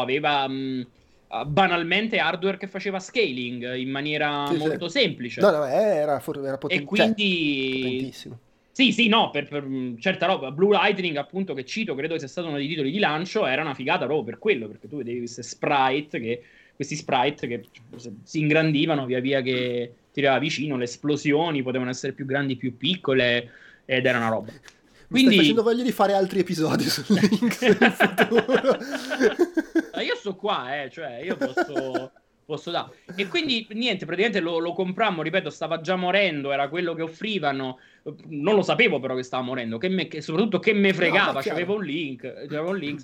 banalmente hardware che faceva scaling in maniera molto semplice. No, era e quindi potentissimo. Sì, no, per certa roba. Blue Lightning, appunto, che cito, credo che sia stato uno dei titoli di lancio, era una figata proprio per quello, perché tu vedevi questi sprite che si ingrandivano via via che ti arrivava vicino, le esplosioni potevano essere più grandi, più piccole, ed era una roba. Quindi... Mi stai facendo voglia di fare altri episodi su Lynx in futuro. Io sto qua, cioè io posso dare. E quindi niente, praticamente lo comprammo, ripeto, stava già morendo, era quello che offrivano, non lo sapevo però che stava morendo, che soprattutto che me fregava, c'aveva un Lynx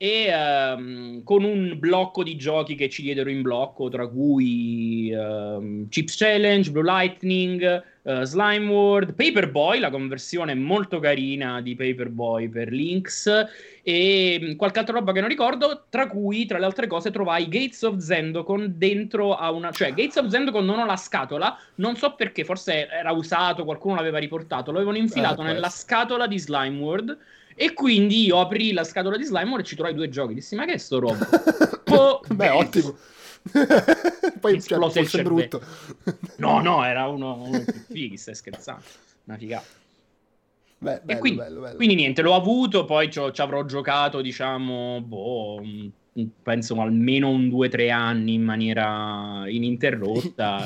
e con un blocco di giochi che ci diedero in blocco, tra cui Chips Challenge, Blue Lightning, Slime World, Paperboy, la conversione molto carina di Paperboy per Lynx, e qualche altra roba che non ricordo, tra cui, tra le altre cose, trovai Gates of Zendocon dentro a una... Cioè, Gates of Zendocon non ho la scatola, non so perché, forse era usato, qualcuno l'aveva riportato, lo avevano infilato nella scatola di Slime World, e quindi io aprì la scatola di Slime World e ci trovai 2 giochi. Dissi, ma che è sto roba? Beh, ottimo. Poi esplose il cervello. Brutto. No, era uno più fighi, stai scherzando. Una figata. Beh, bello, e quindi niente, l'ho avuto, poi ci avrò giocato, diciamo, penso almeno 2-3 anni in maniera ininterrotta.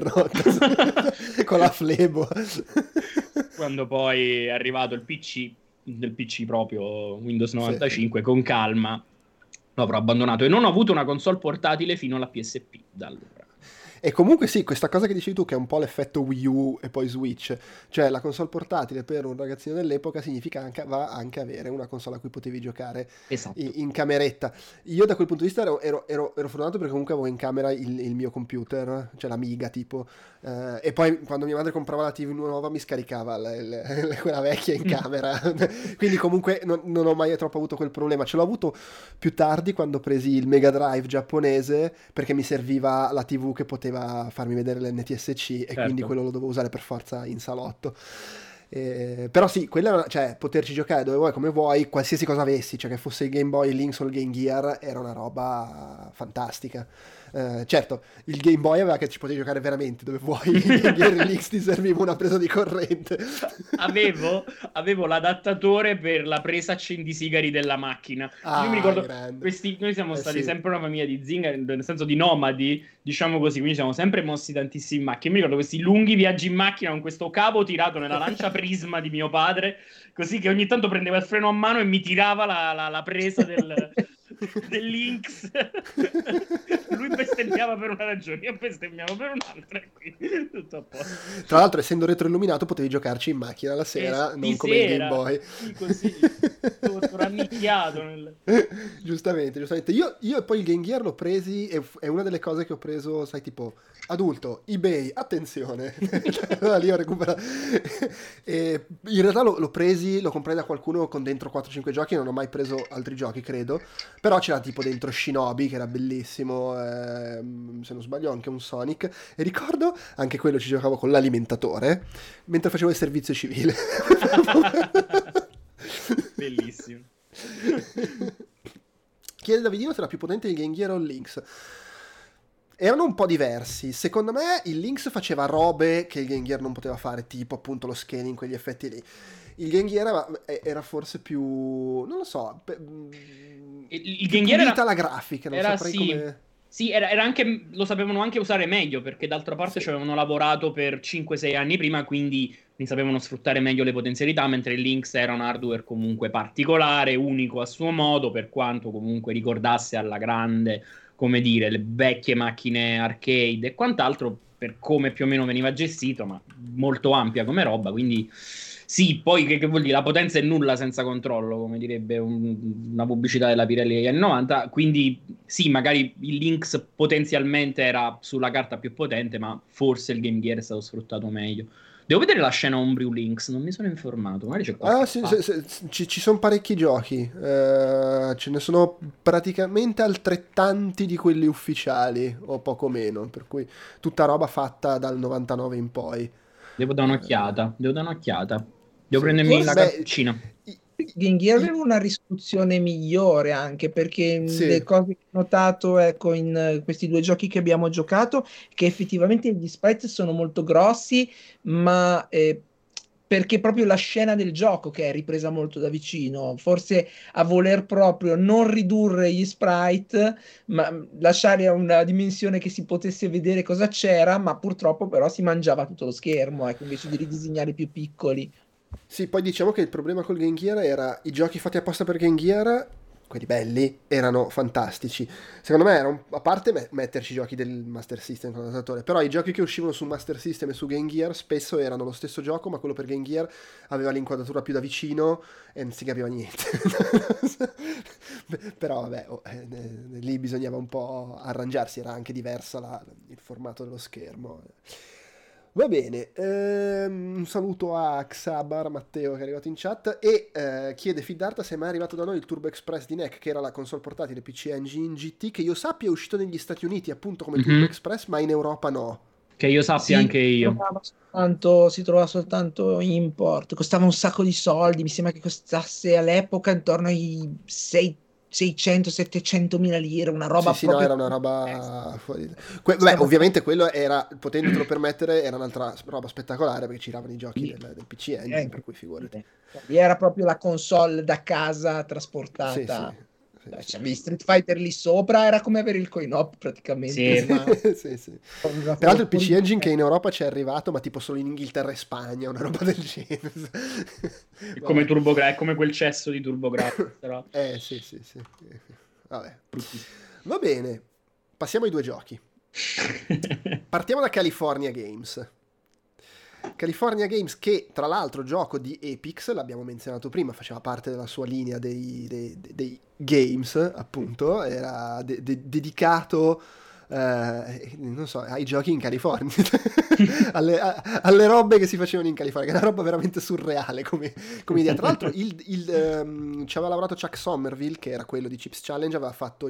Con la flebo. Quando poi è arrivato il PC, del PC proprio, Windows 95, con calma, l'avrò abbandonato. E non ho avuto una console portatile fino alla PSP, da allora. E comunque sì, questa cosa che dicevi tu, che è un po' l'effetto Wii U e poi Switch, cioè la console portatile per un ragazzino dell'epoca significa va anche avere una console a cui potevi giocare in cameretta. Io da quel punto di vista ero fortunato perché comunque avevo in camera il mio computer, cioè l'Amiga tipo, e poi quando mia madre comprava la TV nuova mi scaricava quella vecchia in camera, quindi comunque non ho mai troppo avuto quel problema. Ce l'ho avuto più tardi quando presi il Mega Drive giapponese, perché mi serviva la TV che poteva farmi vedere l'NTSC e quindi quello lo dovevo usare per forza in salotto. Però sì, quella, cioè, poterci giocare dove vuoi, come vuoi, qualsiasi cosa avessi, cioè che fosse il Game Boy, il Lynx o il Game Gear, era una roba fantastica. Certo, il Game Boy aveva che ci potevi giocare veramente dove vuoi, il Game Gear e il Lynx ti serviva una presa di corrente. Avevo l'adattatore per la presa accendisigari della macchina. Io mi ricordo, grande. noi siamo stati Sì. sempre una famiglia di zingari, nel senso di nomadi, diciamo così, quindi siamo sempre mossi tantissimi in macchina. Mi ricordo questi lunghi viaggi in macchina con questo cavo tirato nella lancia prisma di mio padre, così che ogni tanto prendeva il freno a mano e mi tirava la presa del Lynx. Lui bestemmiava per una ragione, io bestemmiavo per un'altra, quindi tutto a posto. Tra l'altro, essendo retroilluminato, potevi giocarci in macchina la sera, non come il Game Boy. Sì, così, tutto rannicchiato. Giustamente. Io e poi il Game Gear l'ho presi, è una delle cose che ho preso, sai, tipo adulto, eBay, attenzione. Allora, lì ho recuperato. E in realtà l'ho comprai da qualcuno con dentro 4-5 giochi, non ho mai preso altri giochi, credo. Però c'era tipo dentro Shinobi, che era bellissimo, se non sbaglio anche un Sonic. E ricordo, anche quello ci giocavo con l'alimentatore, mentre facevo il servizio civile. Bellissimo. Chiede Davidino se era più potente il Game Gear o il Lynx. Erano un po' diversi. Secondo me il Lynx faceva robe che il Game Gear non poteva fare, tipo appunto lo scaling, quegli effetti lì. Il Game Gear era forse più... non lo so... il Game Gear era la grafica, non era saprei sì. come... Sì, era anche, lo sapevano anche usare meglio, perché d'altra parte ci avevano lavorato per 5-6 anni prima, quindi ne sapevano sfruttare meglio le potenzialità, mentre il Lynx era un hardware comunque particolare, unico a suo modo, per quanto comunque ricordasse alla grande, come dire, le vecchie macchine arcade e quant'altro, per come più o meno veniva gestito, ma molto ampia come roba, quindi... Sì, poi che vuol dire? La potenza è nulla senza controllo, come direbbe una pubblicità della Pirelli degli anni 90. Quindi sì, magari il Lynx potenzialmente era sulla carta più potente, ma forse il Game Gear è stato sfruttato meglio. Devo vedere la scena Homebrew Lynx, non mi sono informato. Magari c'è qualche ci sono parecchi giochi. Ce ne sono praticamente altrettanti di quelli ufficiali, o poco meno. Per cui tutta roba fatta dal 99 in poi. Devo dare un'occhiata. Devo Sì. prendermi la cartuccina. Game Gear aveva una risoluzione migliore anche perché Sì. le cose che ho notato in questi due giochi che abbiamo giocato che effettivamente gli sprite sono molto grossi ma perché proprio la scena del gioco che è ripresa molto da vicino, forse a voler proprio non ridurre gli sprite ma lasciare una dimensione che si potesse vedere cosa c'era, ma purtroppo però si mangiava tutto lo schermo, invece di ridisegnare più piccoli. Sì, poi diciamo che il problema col Game Gear era i giochi fatti apposta per Game Gear, quelli belli, erano fantastici. Secondo me era a parte metterci i giochi del Master System con l'adattatore, però i giochi che uscivano su Master System e su Game Gear spesso erano lo stesso gioco, ma quello per Game Gear aveva l'inquadratura più da vicino e non si capiva niente. Però vabbè, lì bisognava un po' arrangiarsi, era anche diversa il formato dello schermo. Va bene, un saluto a Xabar Matteo che è arrivato in chat e chiede Fidarta se è mai arrivato da noi il Turbo Express di NEC, che era la console portatile PC Engine GT, che io sappia è uscito negli Stati Uniti appunto come Turbo Express, ma in Europa no. Che io sappia anche io. Si trovava soltanto import, costava un sacco di soldi, mi sembra che costasse all'epoca intorno ai 600-700 mila lire, una roba sì, proprio... no, era una roba fuori. Beh, ovviamente quello era, potendotelo permettere, era un'altra roba spettacolare perché giravano i giochi del PC Engine, per cui figurati. Era proprio la console da casa trasportata. C'avevi Street Fighter lì sopra, era come avere il coin-op praticamente. Sì. Peraltro il PC Engine che in Europa ci è arrivato, ma tipo solo in Inghilterra e Spagna, una roba del genere. Come TurboGrafx, come quel cesso di TurboGrafx. Però. Sì. Vabbè. Va bene, passiamo ai due giochi. Partiamo da California Games. California Games, che tra l'altro gioco di Epix, l'abbiamo menzionato prima, faceva parte della sua linea dei games, appunto, era dedicato non so, ai giochi in California, alle robe che si facevano in California, che è una roba veramente surreale come idea. Tra l'altro ci aveva lavorato Chuck Somerville, che era quello di Chips Challenge, aveva fatto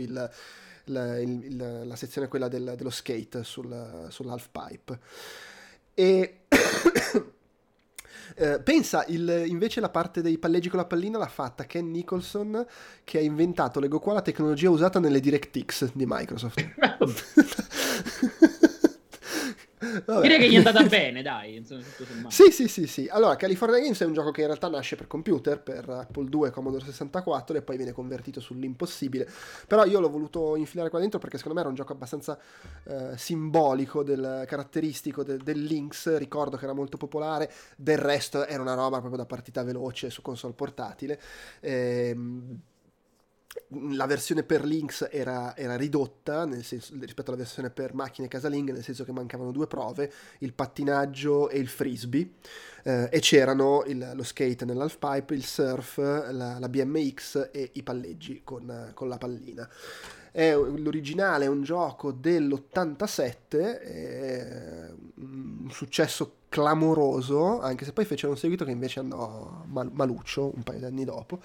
la sezione quella dello skate sull'half pipe. E Pensa, invece la parte dei palleggi con la pallina l'ha fatta Ken Nicholson, che ha inventato, leggo qua, la tecnologia usata nelle DirectX di Microsoft. Vabbè. Direi che gli è andata bene, dai. Insomma, tutto sommato. Sì. Allora, California Games è un gioco che in realtà nasce per computer, per Apple II e Commodore 64, e poi viene convertito sull'impossibile. Però io l'ho voluto infilare qua dentro perché secondo me era un gioco abbastanza simbolico, caratteristico del Lynx. Ricordo che era molto popolare, del resto era una roba proprio da partita veloce su console portatile. La versione per Lynx era ridotta rispetto alla versione per macchine casalinghe, nel senso che mancavano 2 prove, il pattinaggio e il frisbee, e c'erano lo skate nell'halfpipe, il surf, la BMX e i palleggi con la pallina. L'originale è un gioco dell'87, un successo clamoroso, anche se poi fecero un seguito che invece andò maluccio un paio di anni dopo.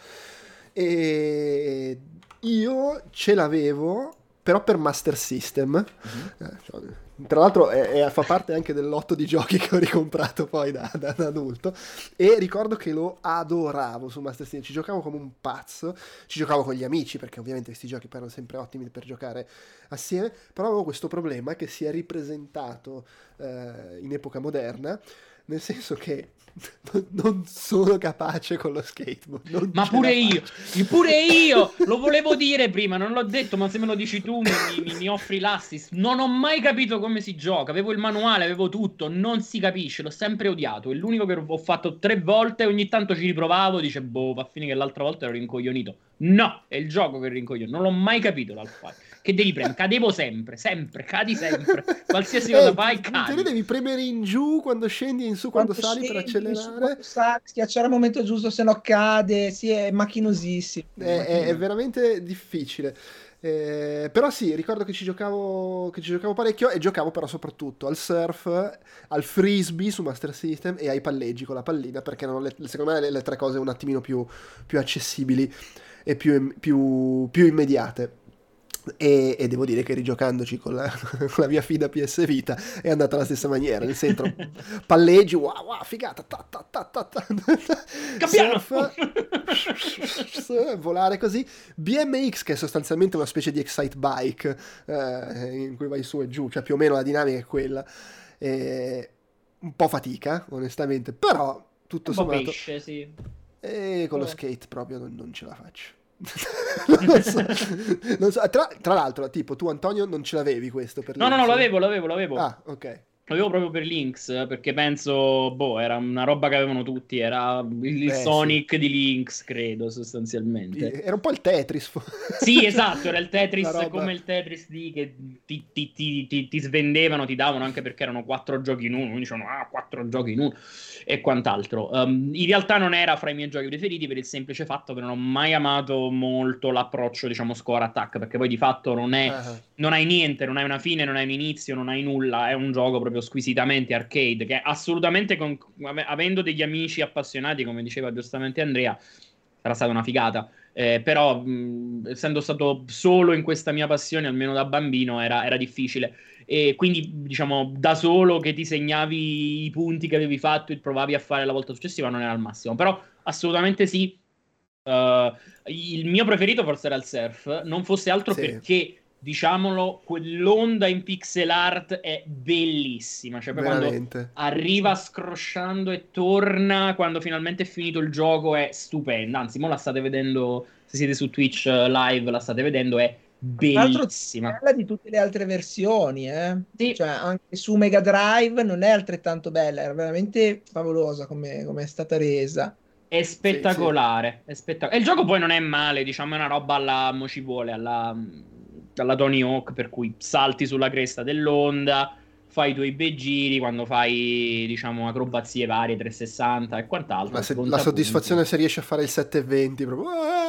E io ce l'avevo però per Master System. Tra l'altro fa parte anche del lotto di giochi che ho ricomprato poi da adulto, e ricordo che lo adoravo su Master System, ci giocavo come un pazzo, ci giocavo con gli amici perché ovviamente questi giochi poi erano sempre ottimi per giocare assieme, però avevo questo problema che si è ripresentato in epoca moderna, nel senso che non sono capace con lo skateboard. Ma pure io lo volevo dire prima, non l'ho detto, ma se me lo dici tu mi offri l'assist. Non ho mai capito come si gioca, avevo il manuale, avevo tutto, non si capisce, l'ho sempre odiato. È l'unico che ho fatto 3 volte, ogni tanto ci riprovavo, dice boh, va a finire che l'altra volta ero rincoglionito. No, è il gioco che rincoglionito, non l'ho mai capito l'alfa. Che devi premere? Cadevo sempre, cadi sempre. Qualsiasi cosa fai, cadi. Te devi premere in giù quando scendi e in su quando sali per accelerare. Schiacciare al momento giusto, se no cade. Sì, è macchinosissimo. È veramente difficile. Però sì, ricordo che ci giocavo parecchio, e giocavo però soprattutto al surf, al frisbee su Master System e ai palleggi con la pallina, perché erano secondo me le 3 cose un attimino più accessibili e più immediate. E devo dire che rigiocandoci con la mia fida PS Vita è andata alla stessa maniera, nel senso palleggi, wow, figata, surf, volare così, BMX che è sostanzialmente una specie di excite bike, in cui vai su e giù, cioè più o meno la dinamica è quella, un po' fatica onestamente, però tutto sommato pesce, sì. E con lo skate proprio non ce la faccio. non so. Tra l'altro, tipo, tu Antonio non ce l'avevi questo per No, l'avevo. Ah, ok. L'avevo proprio per Lynx, perché penso, era una roba che avevano tutti, era il Sonic di Lynx, credo, sostanzialmente. Era un po' il Tetris. Sì, esatto, era il Tetris come il Tetris che ti svendevano, ti davano, anche perché erano 4 giochi in uno, quindi dicevano, 4 giochi in uno, e quant'altro. In realtà non era fra i miei giochi preferiti per il semplice fatto che non ho mai amato molto l'approccio, diciamo, score attack, perché poi di fatto non hai niente, non hai una fine, non hai un inizio, non hai nulla, è un gioco proprio squisitamente arcade, che assolutamente, avendo degli amici appassionati, come diceva giustamente Andrea, sarà stata una figata, però essendo stato solo in questa mia passione, almeno da bambino, era difficile, e quindi diciamo da solo che ti segnavi i punti che avevi fatto e provavi a fare la volta successiva non era al massimo, però assolutamente sì. Il mio preferito forse era il surf, non fosse altro perché, diciamolo, quell'onda in pixel art è bellissima, cioè quando arriva scrosciando e torna, quando finalmente è finito il gioco, è stupenda. Anzi, mo la state vedendo, se siete su Twitch live la state vedendo, è bellissima. Bella di tutte le altre versioni, sì. Cioè anche su Mega Drive non è altrettanto bella, era veramente favolosa come è stata resa. È spettacolare, sì. E il gioco poi non è male, diciamo, è una roba alla mo ci vuole, alla Tony Hawk, per cui salti sulla cresta dell'onda, fai i tuoi bei giri quando fai, diciamo, acrobazie varie 360 e quant'altro. La soddisfazione se riesci a fare il 720 proprio.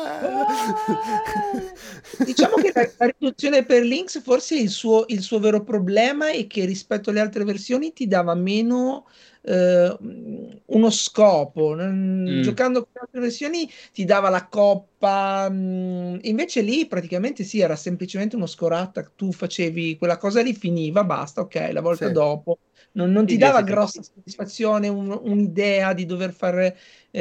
Diciamo che la riduzione per Lynx forse il suo vero problema è che rispetto alle altre versioni ti dava meno uno scopo. Mm. Giocando con altre versioni ti dava la coppa, invece lì praticamente sì, era semplicemente uno score attack, tu facevi quella cosa lì, finiva, basta, ok, la volta Sì. dopo non ti Sì, sì, dava sì, sì. grossa soddisfazione, un'idea di dover fare,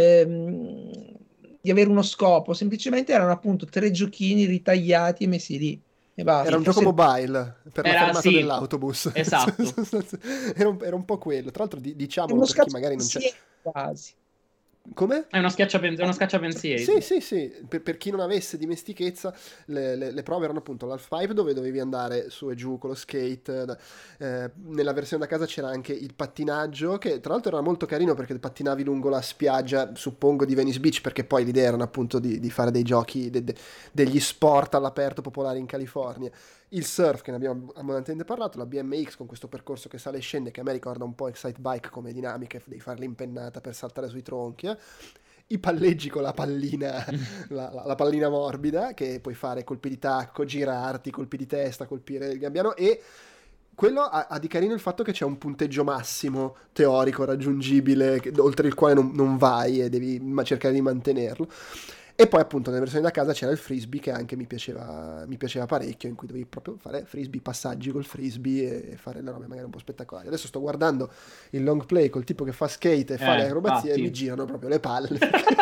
di avere uno scopo, semplicemente erano appunto 3 giochini ritagliati e messi lì e Era basta. un gioco Forse mobile per la Era fermata sì, dell'autobus. esatto. Era un po' quello. Tra l'altro, diciamolo uno per chi magari non c'è. scacciapensieri quasi. Come? È una scacciapensieri, Sì, sì. sì, sì, per chi non avesse dimestichezza, le prove erano appunto l'half-pipe dove dovevi andare su e giù con lo skate, nella versione da casa c'era anche il pattinaggio, che tra l'altro era molto carino perché pattinavi lungo la spiaggia, suppongo di Venice Beach, perché poi l'idea era appunto di fare dei giochi, degli sport all'aperto popolari in California. Il surf, che ne abbiamo abbondantemente parlato, la BMX con questo percorso che sale e scende, che a me ricorda un po' Excite Bike come dinamiche, devi fare l'impennata per saltare sui tronchi, i palleggi con la pallina, la pallina morbida, che puoi fare colpi di tacco, girarti, colpi di testa, colpire il gabbiano, e quello ha di carino il fatto che c'è un punteggio massimo teorico raggiungibile, oltre il quale non vai e devi cercare di mantenerlo. E poi appunto nella versione da casa c'era il frisbee che anche mi piaceva parecchio, in cui dovevi proprio fare frisbee, passaggi col frisbee e fare le robe magari un po' spettacolari. Adesso sto guardando il long play col tipo che fa skate e fa le acrobazie e mi girano proprio le palle.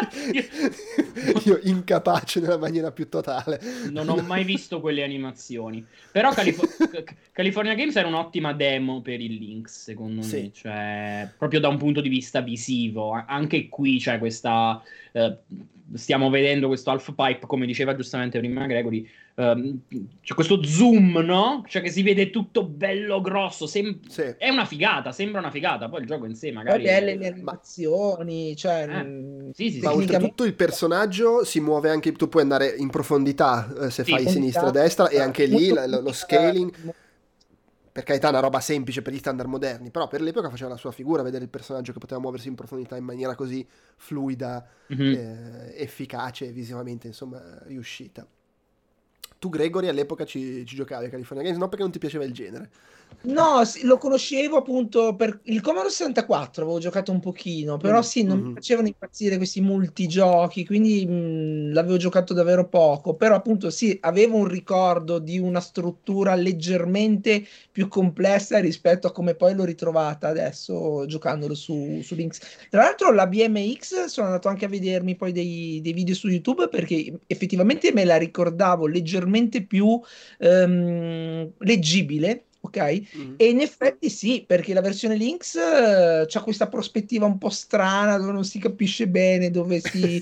Io incapace nella maniera più totale. Non ho mai visto quelle animazioni. Però California Games era un'ottima demo per il Lynx, secondo Sì. me. Cioè, proprio da un punto di vista visivo. Anche qui c'è questa... stiamo vedendo questo half pipe, come diceva giustamente prima Gregory. C'è questo zoom, no? Cioè che si vede tutto bello grosso. Sì. È una figata, sembra una figata. Poi il gioco in sé Poi magari... belle le animazioni, cioè sì, sì, Ma sì. oltretutto il personaggio si muove anche, tu puoi andare in profondità se Sì, fai sinistra e destra, e anche lì molto lo scaling, per carità è una roba semplice per gli standard moderni, però per l'epoca faceva la sua figura vedere il personaggio che poteva muoversi in profondità in maniera così fluida, efficace e visivamente insomma riuscita. Tu Gregory all'epoca ci giocavi a California Games, no perché non ti piaceva il genere? No, sì, lo conoscevo appunto per il Commodore 64, avevo giocato un pochino, però sì, non mi facevano impazzire questi multigiochi, quindi l'avevo giocato davvero poco, però appunto sì, avevo un ricordo di una struttura leggermente più complessa rispetto a come poi l'ho ritrovata adesso giocandolo su Lynx. Tra l'altro la BMX sono andato anche a vedermi poi dei video su YouTube perché effettivamente me la ricordavo leggermente più leggibile. Ok? E in effetti sì, perché la versione Lynx c'ha questa prospettiva un po' strana dove non si capisce bene dove si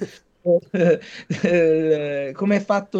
come è fatto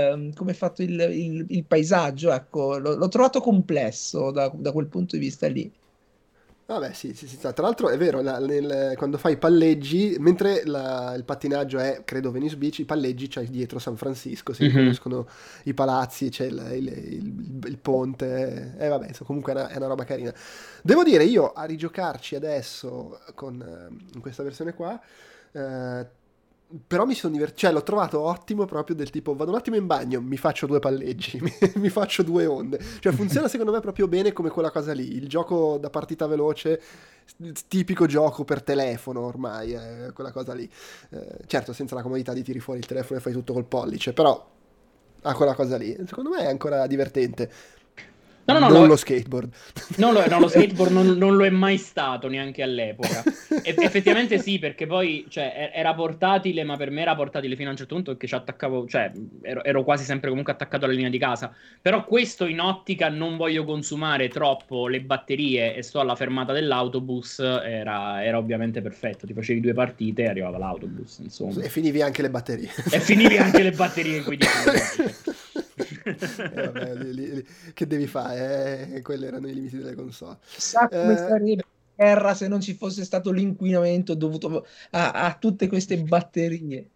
il paesaggio, ecco, l'ho trovato complesso da quel punto di vista lì. Vabbè, sì, tra l'altro è vero, quando fai i palleggi, mentre il pattinaggio è, credo, Venice Beach, i palleggi c'hai dietro San Francisco, si riconoscono i palazzi, c'è il ponte, vabbè, insomma, comunque è una roba carina. Devo dire, io a rigiocarci adesso in questa versione qua, però mi sono divertito, cioè l'ho trovato ottimo proprio del tipo vado un attimo in bagno, mi faccio 2 palleggi, mi faccio 2 onde, cioè funziona secondo me proprio bene come quella cosa lì, il gioco da partita veloce, tipico gioco per telefono ormai, quella cosa lì, certo senza la comodità di tiri fuori il telefono e fai tutto col pollice, però ha quella cosa lì, secondo me è ancora divertente. No, Non lo skateboard. No, lo skateboard non lo è mai stato neanche all'epoca. Effettivamente sì, perché poi cioè, era portatile, ma per me era portatile fino a un certo punto perché ci attaccavo, cioè ero quasi sempre comunque attaccato alla linea di casa. Però questo in ottica non voglio consumare troppo le batterie e sto alla fermata dell'autobus, era ovviamente perfetto. Ti facevi 2 partite e arrivava l'autobus, insomma. E finivi anche le batterie. E finivi anche le batterie in quei 10 minuti. Vabbè, che devi fare? Quelli erano i limiti delle console. Chissà come sarebbe la terra se non ci fosse stato l'inquinamento dovuto a tutte queste batterie.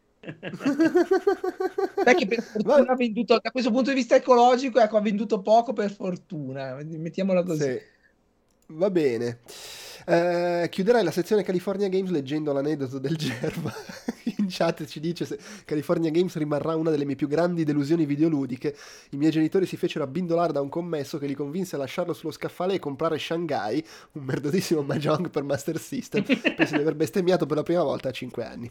Che per fortuna ha venduto, da questo punto di vista ecologico, ecco, ha venduto poco per fortuna, mettiamola così. Sì. Va bene. Chiuderai la sezione California Games leggendo l'aneddoto del Germa. In chat ci dice: se California Games rimarrà una delle mie più grandi delusioni videoludiche. I miei genitori si fecero abbindolare da un commesso che li convinse a lasciarlo sullo scaffale e comprare Shanghai, un merdosissimo mahjong per Master System. Penso di aver bestemmiato per la prima volta a 5 anni.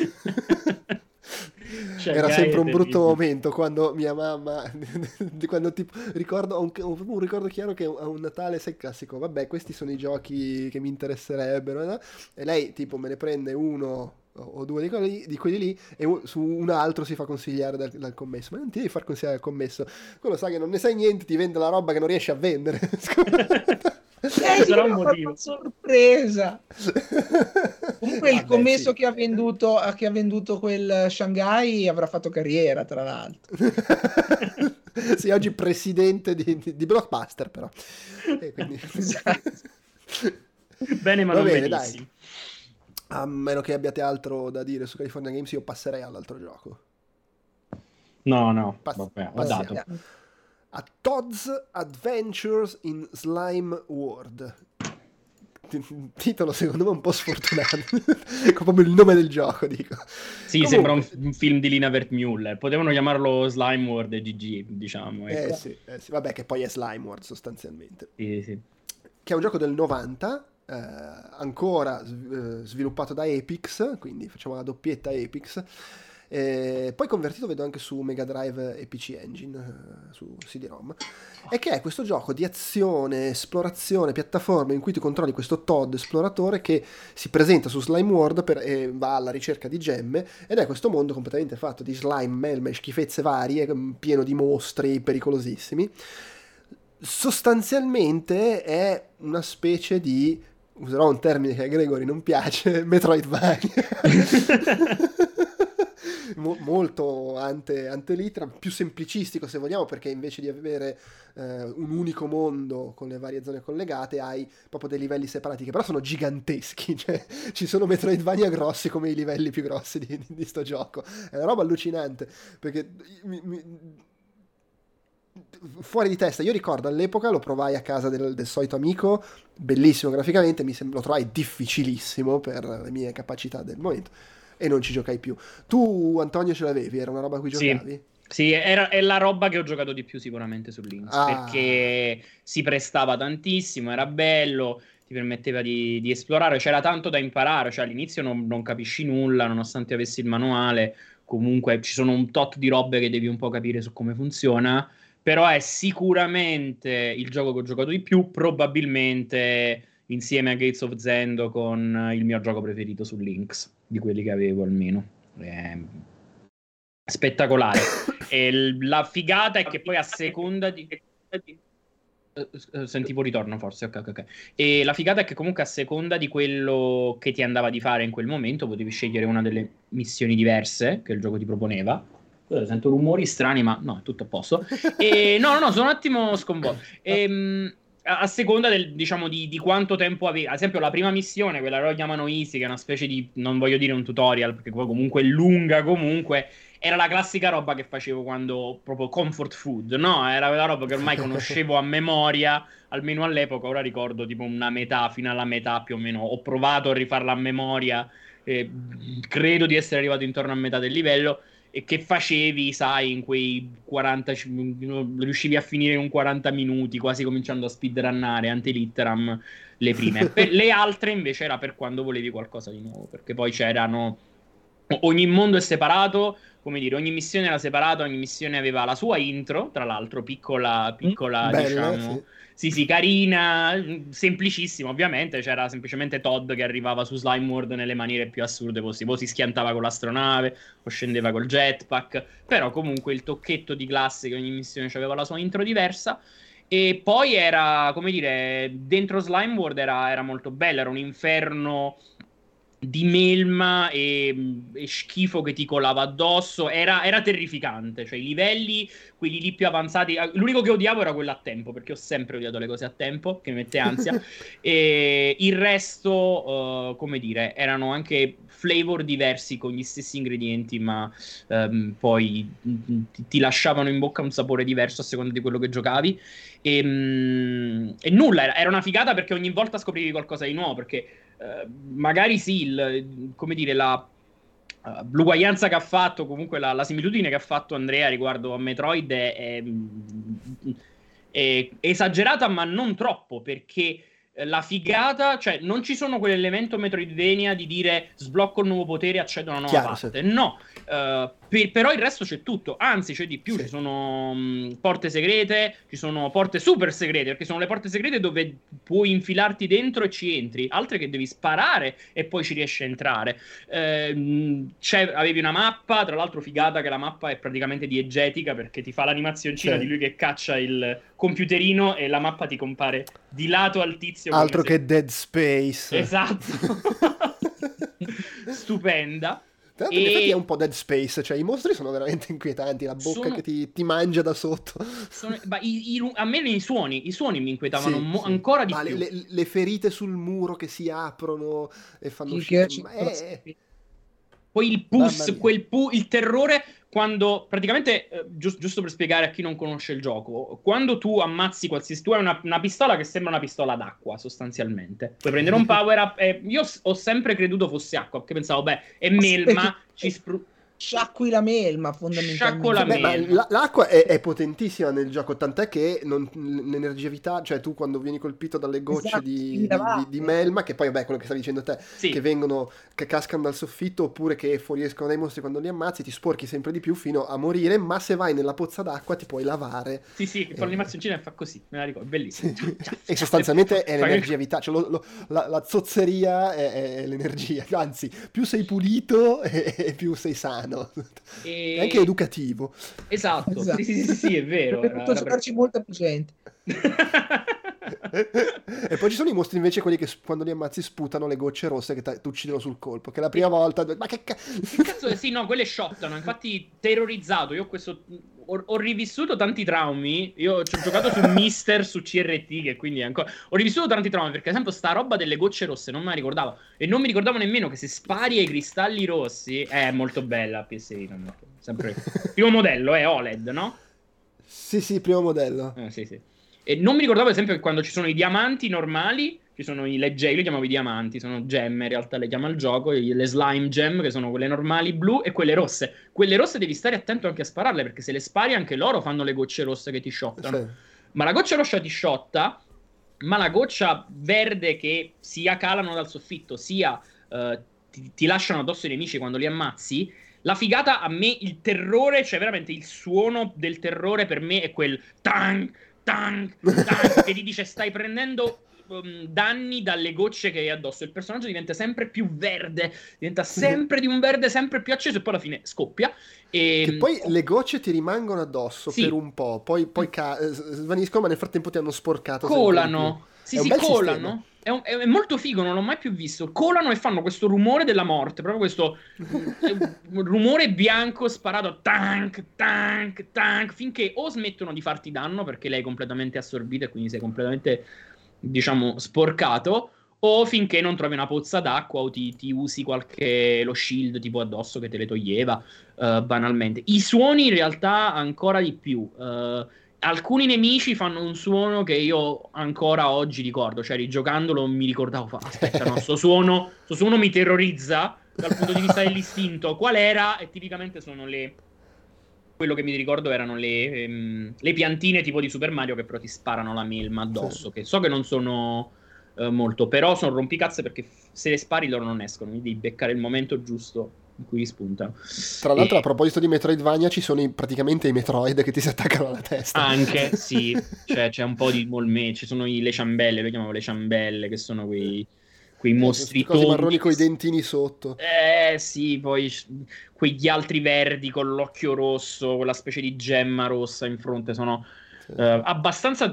Era sempre un brutto momento quando mia mamma quando tipo ricordo ho un ricordo chiaro che a un Natale, sai, classico, vabbè, questi sono i giochi che mi interesserebbero, no? E lei tipo me ne prende uno o due di quelli lì e su un altro si fa consigliare dal commesso. Ma non ti devi far consigliare dal commesso, quello sa che non ne sai niente, ti vende la roba che non riesce a vendere. Sarà un motivo. Sorpresa. Comunque il commesso sì, che ha venduto quel Shanghai avrà fatto carriera, tra l'altro. Sì, oggi presidente di Blockbuster, però. Quindi... Esatto. Bene, ma va non bene, benissimo. Dai. A meno che abbiate altro da dire su California Games, io passerei all'altro gioco. No, vabbè, ho dato. A Todd's Adventures in Slime World. Titolo secondo me un po' sfortunato. Proprio il nome del gioco, dico. Sì, comunque... sembra un film di Lina Wertmüller. Potevano chiamarlo Slime World e GG, diciamo. Ecco. Sì. Vabbè, che poi è Slime World sostanzialmente. Sì. Che è un gioco del 90, ancora sviluppato da Epix, quindi facciamo la doppietta Epix. Poi convertito vedo anche su Mega Drive e PC Engine, su CD-ROM, e che è questo gioco di azione, esplorazione, piattaforma in cui tu controlli questo Todd esploratore che si presenta su Slime World e va alla ricerca di gemme, ed è questo mondo completamente fatto di slime, melme, schifezze varie, pieno di mostri pericolosissimi. Sostanzialmente è una specie di, userò un termine che a Gregory non piace, Metroidvania. Molto antelitra, più semplicistico se vogliamo, perché invece di avere un unico mondo con le varie zone collegate hai proprio dei livelli separati che però sono giganteschi, cioè ci sono Metroidvania grossi come i livelli più grossi di sto gioco. È una roba allucinante, perché fuori di testa. Io ricordo all'epoca lo provai a casa del solito amico, bellissimo graficamente, lo trovai difficilissimo per le mie capacità del momento e non ci giocai più. Tu, Antonio, ce l'avevi? Era una roba a cui giocavi? Sì, è la roba che ho giocato di più sicuramente su Lynx, perché si prestava tantissimo, era bello, ti permetteva di esplorare, c'era tanto da imparare, cioè all'inizio non capisci nulla, nonostante avessi il manuale, comunque ci sono un tot di robe che devi un po' capire su come funziona, però è sicuramente il gioco che ho giocato di più, probabilmente insieme a Gates of Zendo con il mio gioco preferito su Lynx, di quelli che avevo almeno. Spettacolare. E la figata è che poi a seconda di... Sentivo ritorno forse, ok. E la figata è che comunque a seconda di quello che ti andava di fare in quel momento potevi scegliere una delle missioni diverse che il gioco ti proponeva. Sento rumori strani, ma no, è tutto a posto. E no, sono un attimo sconvolto. A seconda diciamo di quanto tempo avevi. Ad esempio la prima missione, quella che lo chiamano easy, che è una specie di, non voglio dire un tutorial perché poi comunque è lunga, comunque era la classica roba che facevo quando proprio comfort food, no? Era quella roba che ormai conoscevo a memoria, almeno all'epoca. Ora ricordo tipo una metà, fino alla metà più o meno. Ho provato a rifarla a memoria, credo di essere arrivato intorno a metà del livello. E che facevi, sai, in quei 40, riuscivi a finire in 40 minuti, quasi cominciando a speedrunnare ante litteram le prime. Per le altre invece era per quando volevi qualcosa di nuovo, perché poi c'erano, ogni mondo è separato, come dire, ogni missione era separata, ogni missione aveva la sua intro, tra l'altro piccola bella, diciamo, sì, carina, semplicissima, ovviamente. C'era semplicemente Todd che arrivava su Slime World nelle maniere più assurde possibili, o si schiantava con l'astronave o scendeva col jetpack, però comunque il tocchetto di classe che ogni missione aveva la sua intro diversa. E poi era, come dire, dentro Slime World era molto bello, era un inferno di melma e schifo che ti colava addosso, era terrificante, cioè i livelli, quelli lì più avanzati, l'unico che odiavo era quello a tempo, perché ho sempre odiato le cose a tempo, che mi mette ansia, e il resto, come dire, erano anche flavor diversi con gli stessi ingredienti, ma poi ti lasciavano in bocca un sapore diverso a seconda di quello che giocavi, e nulla, era una figata perché ogni volta scoprivi qualcosa di nuovo, perché magari sì, come dire, la l'uguaglianza che ha fatto, comunque la similitudine che ha fatto Andrea riguardo a Metroid è esagerata, ma non troppo, perché la figata, cioè non ci sono quell'elemento Metroidvania di dire sblocco il nuovo potere, accedo a una nuova parte. No, però il resto c'è tutto, anzi c'è di più, ci sono porte segrete, ci sono porte super segrete, perché sono le porte segrete dove puoi infilarti dentro e ci entri, altre che devi sparare e poi ci riesci a entrare. Avevi una mappa, tra l'altro figata che la mappa è praticamente diegetica, perché ti fa l'animazioncina di lui che caccia il computerino e la mappa ti compare di lato al tizio. Altro che Dead Space. Esatto. Stupenda. In effetti è un po' Dead Space, cioè i mostri sono veramente inquietanti, la bocca che ti mangia da sotto. A me i suoni mi inquietavano ancora di più. Le ferite sul muro che si aprono e fanno uscire. Poi il il terrore quando praticamente, giusto per spiegare a chi non conosce il gioco, quando tu ammazzi qualsiasi, tu hai una pistola che sembra una pistola d'acqua sostanzialmente, puoi prendere un power up, io ho sempre creduto fosse acqua, perché pensavo è melma, sciacqui la melma fondamentalmente. L'acqua è potentissima nel gioco, tant'è che l'energia vitale, cioè tu quando vieni colpito dalle gocce di melma, che poi quello che stavi dicendo te, che cascano dal soffitto oppure che fuoriescono dai mostri quando li ammazzi, ti sporchi sempre di più fino a morire, ma se vai nella pozza d'acqua ti puoi lavare. Sì, che fa l'animazioncina e fa così, me la ricordo, bellissimo. E sostanzialmente è l'energia vitale, cioè la zozzeria è l'energia, anzi più sei pulito e più sei sano. È anche educativo. Esatto. Sì, è vero. Potuto giocarci molta più gente. E poi ci sono i mostri invece, quelli che quando li ammazzi sputano le gocce rosse che ti uccidono sul colpo, che la prima volta ma che cazzo è? Sì, no, quelle shottano, infatti terrorizzato. Io ho rivissuto tanti traumi. Io ci ho giocato su Mister, su CRT, che quindi ancora ho rivissuto tanti traumi, perché ad esempio sta roba delle gocce rosse non me la ricordavo, e non mi ricordavo nemmeno che se spari ai cristalli rossi è molto bella PS Vita, sempre primo modello, è OLED, no? Sì, primo modello. Sì. E non mi ricordavo, ad esempio, che quando ci sono i diamanti normali, ci sono le gem, io li chiamavo i diamanti, sono gemme, in realtà le chiama il gioco, le slime gem, che sono quelle normali blu, e quelle rosse. Quelle rosse devi stare attento anche a spararle, perché se le spari anche loro fanno le gocce rosse che ti shottano. Sì. Ma la goccia rossa ti shotta, ma la goccia verde che sia calano dal soffitto, sia ti lasciano addosso i nemici quando li ammazzi. La figata, a me, il terrore, cioè veramente il suono del terrore per me è quel tang, tang, tang, che ti dice stai prendendo danni dalle gocce che hai addosso. Il personaggio diventa sempre più verde, diventa sempre di un verde sempre più acceso, e poi alla fine scoppia. Che poi le gocce ti rimangono addosso per un po', poi svaniscono, ma nel frattempo ti hanno sporcato. Colano. Sì, colano. È molto figo, non l'ho mai più visto. Colano e fanno questo rumore della morte, proprio questo rumore bianco sparato, tank, tank, tank, finché o smettono di farti danno perché lei è completamente assorbita e quindi sei completamente, diciamo, sporcato, o finché non trovi una pozza d'acqua o ti usi lo shield tipo addosso che te le toglieva, banalmente. I suoni in realtà ancora di più. Alcuni nemici fanno un suono che io ancora oggi ricordo, cioè rigiocandolo mi ricordavo, aspetta, no, sto suono mi terrorizza dal punto di vista dell'istinto. Qual era? E tipicamente sono quello che mi ricordo erano le piantine tipo di Super Mario che però ti sparano la melma addosso, che so che non sono molto, però sono rompicazze perché se le spari loro non escono, quindi devi beccare il momento giusto in cui spuntano. Tra l'altro, a proposito di Metroidvania, ci sono praticamente i Metroid che ti si attaccano alla testa. Anche, sì, cioè c'è un po' di molme, ci sono le ciambelle, lo chiamavo le ciambelle, che sono quei mostri cose marroni con i dentini sotto. Sì, poi quegli altri verdi con l'occhio rosso, quella specie di gemma rossa in fronte, sono abbastanza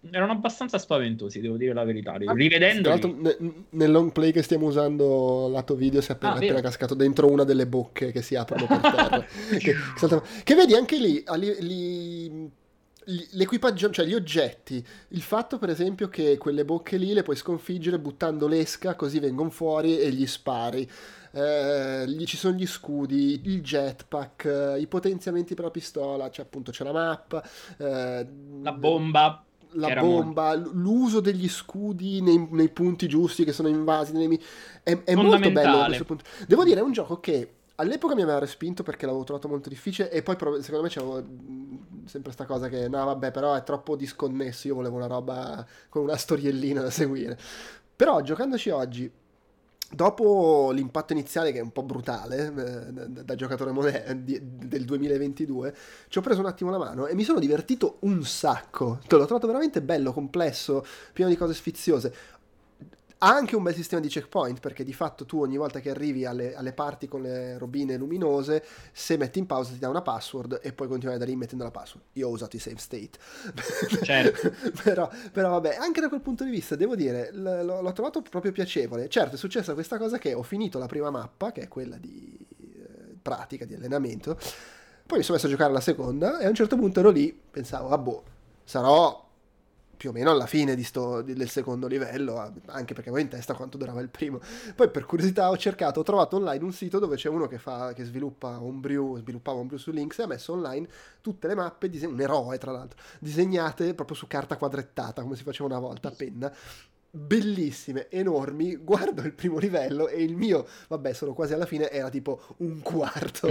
erano abbastanza spaventosi, devo dire la verità. Tra Rivedendoli... l'altro, nel long play che stiamo usando lato video si è appena vero. cascato dentro una delle bocche che si aprono per terra. che vedi anche lì, l'equipaggio, cioè gli oggetti, il fatto per esempio che quelle bocche lì le puoi sconfiggere buttando l'esca, così vengono fuori e gli spari. Ci sono gli scudi, il jetpack, i potenziamenti per la pistola, cioè appunto c'è la mappa, la bomba, l'uso degli scudi nei punti giusti che sono invasi dai nemici è molto bello da questo punto. Devo dire, è un gioco che all'epoca mi aveva respinto perché l'avevo trovato molto difficile, e poi secondo me c'avevo sempre sta cosa che no vabbè, però è troppo disconnesso, io volevo una roba con una storiellina da seguire. Però giocandoci oggi, dopo l'impatto iniziale che è un po' brutale da giocatore del 2022, ci ho preso un attimo la mano e mi sono divertito un sacco. L'ho trovato veramente bello, complesso, pieno di cose sfiziose. Ha anche un bel sistema di checkpoint, perché di fatto tu ogni volta che arrivi alle parti con le robine luminose, se metti in pausa ti dà una password e poi continuare da lì mettendo la password. Io ho usato i save state. Certo. però vabbè, anche da quel punto di vista devo dire, l'ho trovato proprio piacevole. Certo, è successa questa cosa che ho finito la prima mappa, che è quella di pratica, di allenamento, poi mi sono messo a giocare la seconda e a un certo punto ero lì, pensavo, sarò più o meno alla fine del secondo livello, anche perché avevo in testa quanto durava il primo. Poi per curiosità ho trovato online un sito dove c'è uno che sviluppava Homebrew su Lynx, e ha messo online tutte le mappe, un eroe tra l'altro, disegnate proprio su carta quadrettata, come si faceva una volta a penna. Bellissime, enormi. Guardo il primo livello e il mio, vabbè, sono quasi alla fine, era tipo un quarto.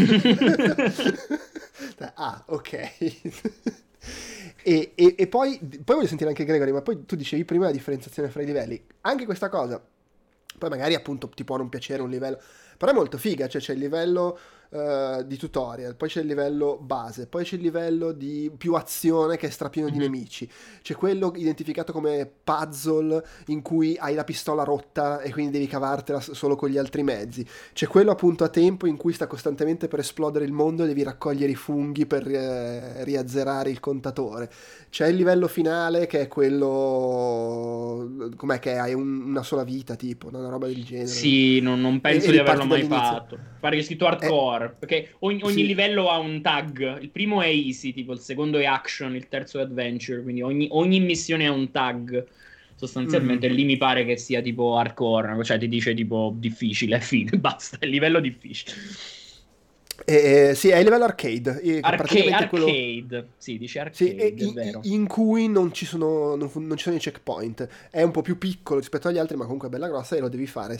Ok. E poi voglio sentire anche Gregory, ma poi tu dicevi prima la differenziazione fra i livelli. Anche questa cosa, poi magari appunto ti può non piacere un livello, però è molto figa, cioè c'è il livello di tutorial, poi c'è il livello base, poi c'è il livello di più azione che è strapieno di nemici, c'è quello identificato come puzzle in cui hai la pistola rotta e quindi devi cavartela solo con gli altri mezzi, c'è quello appunto a tempo in cui sta costantemente per esplodere il mondo e devi raccogliere i funghi per riazzerare il contatore, c'è il livello finale che è quello com'è, che hai una sola vita, tipo una roba del genere. Sì, non penso di averlo mai fatto. Pare che è scritto hardcore, perché ogni livello ha un tag. Il primo è easy, tipo il secondo è action, il terzo è adventure, quindi ogni missione ha un tag sostanzialmente. Lì mi pare che sia tipo hardcore, cioè ti dice tipo difficile, fine, basta, è il livello difficile. Sì, è il livello arcade. Arcade, sì, dice arcade, sì, è vero. In cui non ci sono i checkpoint. È un po' più piccolo rispetto agli altri, ma comunque è bella grossa e lo devi fare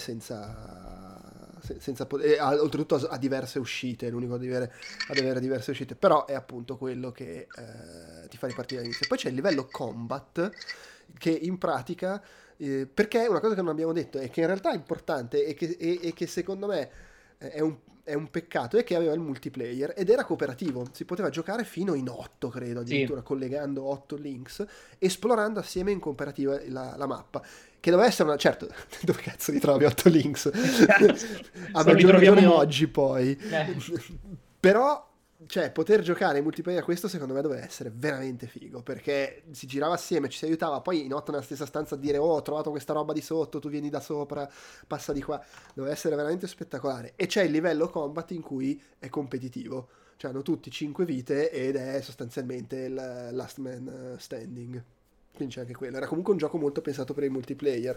oltretutto a diverse uscite, l'unico ad avere diverse uscite, però è appunto quello che ti fa ripartire all'inizio. Poi c'è il livello combat, che in pratica, perché una cosa che non abbiamo detto è che in realtà è importante e che secondo me è un peccato, è che aveva il multiplayer ed era cooperativo, si poteva giocare fino in 8, credo, addirittura, sì, collegando 8 links, esplorando assieme in cooperativa la mappa, che doveva essere certo, dove cazzo li trovi 8 links? A maggior ragione oggi poi. Però, cioè, poter giocare in multiplayer a questo secondo me doveva essere veramente figo, perché si girava assieme, ci si aiutava, poi in 8 nella stessa stanza a dire ho trovato questa roba di sotto, tu vieni da sopra, passa di qua, doveva essere veramente spettacolare. E c'è il livello combat in cui è competitivo, cioè hanno tutti 5 vite ed è sostanzialmente il last man standing, quindi c'è anche quello. Era comunque un gioco molto pensato per il multiplayer,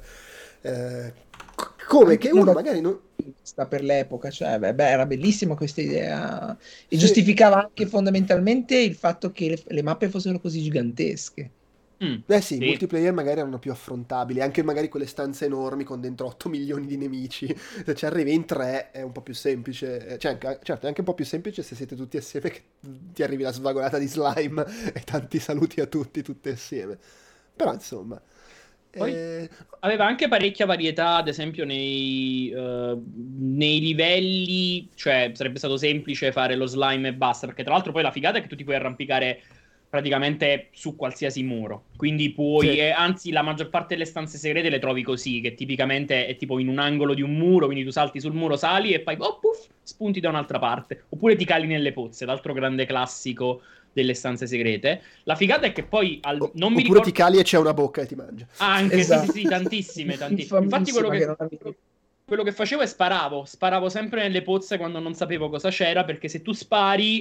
come che uno magari non sta per l'epoca, cioè era bellissima questa idea e giustificava anche fondamentalmente il fatto che le mappe fossero così gigantesche. Sì, i multiplayer magari erano più affrontabili, anche magari quelle stanze enormi con dentro 8 milioni di nemici, se ci arrivi in 3 è un po' più semplice, cioè, certo è anche un po' più semplice se siete tutti assieme, che ti arrivi la svagolata di slime e tanti saluti a tutti assieme, però insomma. Poi aveva anche parecchia varietà, ad esempio nei livelli, cioè sarebbe stato semplice fare lo slime e basta, perché tra l'altro poi la figata è che tu ti puoi arrampicare praticamente su qualsiasi muro, quindi puoi, sì, anzi la maggior parte delle stanze segrete le trovi così, che tipicamente è tipo in un angolo di un muro, quindi tu salti sul muro, sali e poi puff, spunti da un'altra parte, oppure ti cali nelle pozze, l'altro grande classico delle stanze segrete. La figata è che poi non mi oppure ricordo... ti cali e c'è una bocca e ti mangia. Anche, Esatto. sì, tantissime. Infatti Famissima che non avevi. quello che facevo è sparavo sempre nelle pozze quando non sapevo cosa c'era, perché se tu spari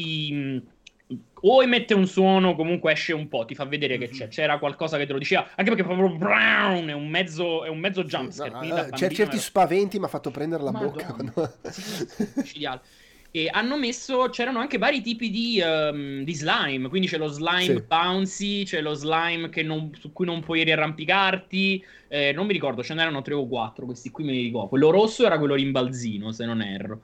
o emette un suono, comunque esce un po', ti fa vedere che c'era qualcosa che te lo diceva, anche perché proprio brown, è un mezzo jumpscare. No, Quindi da certi bambino spaventi mi ha fatto prendere la bocca Madonna. quando... Sì, micidiale. E c'erano anche vari tipi di slime, quindi c'è lo slime Sì. bouncy, c'è lo slime su cui non puoi riarrampicarti, non mi ricordo, ce n'erano 3 o 4, questi qui me li ricordo. Quello rosso era quello rimbalzino, se non erro,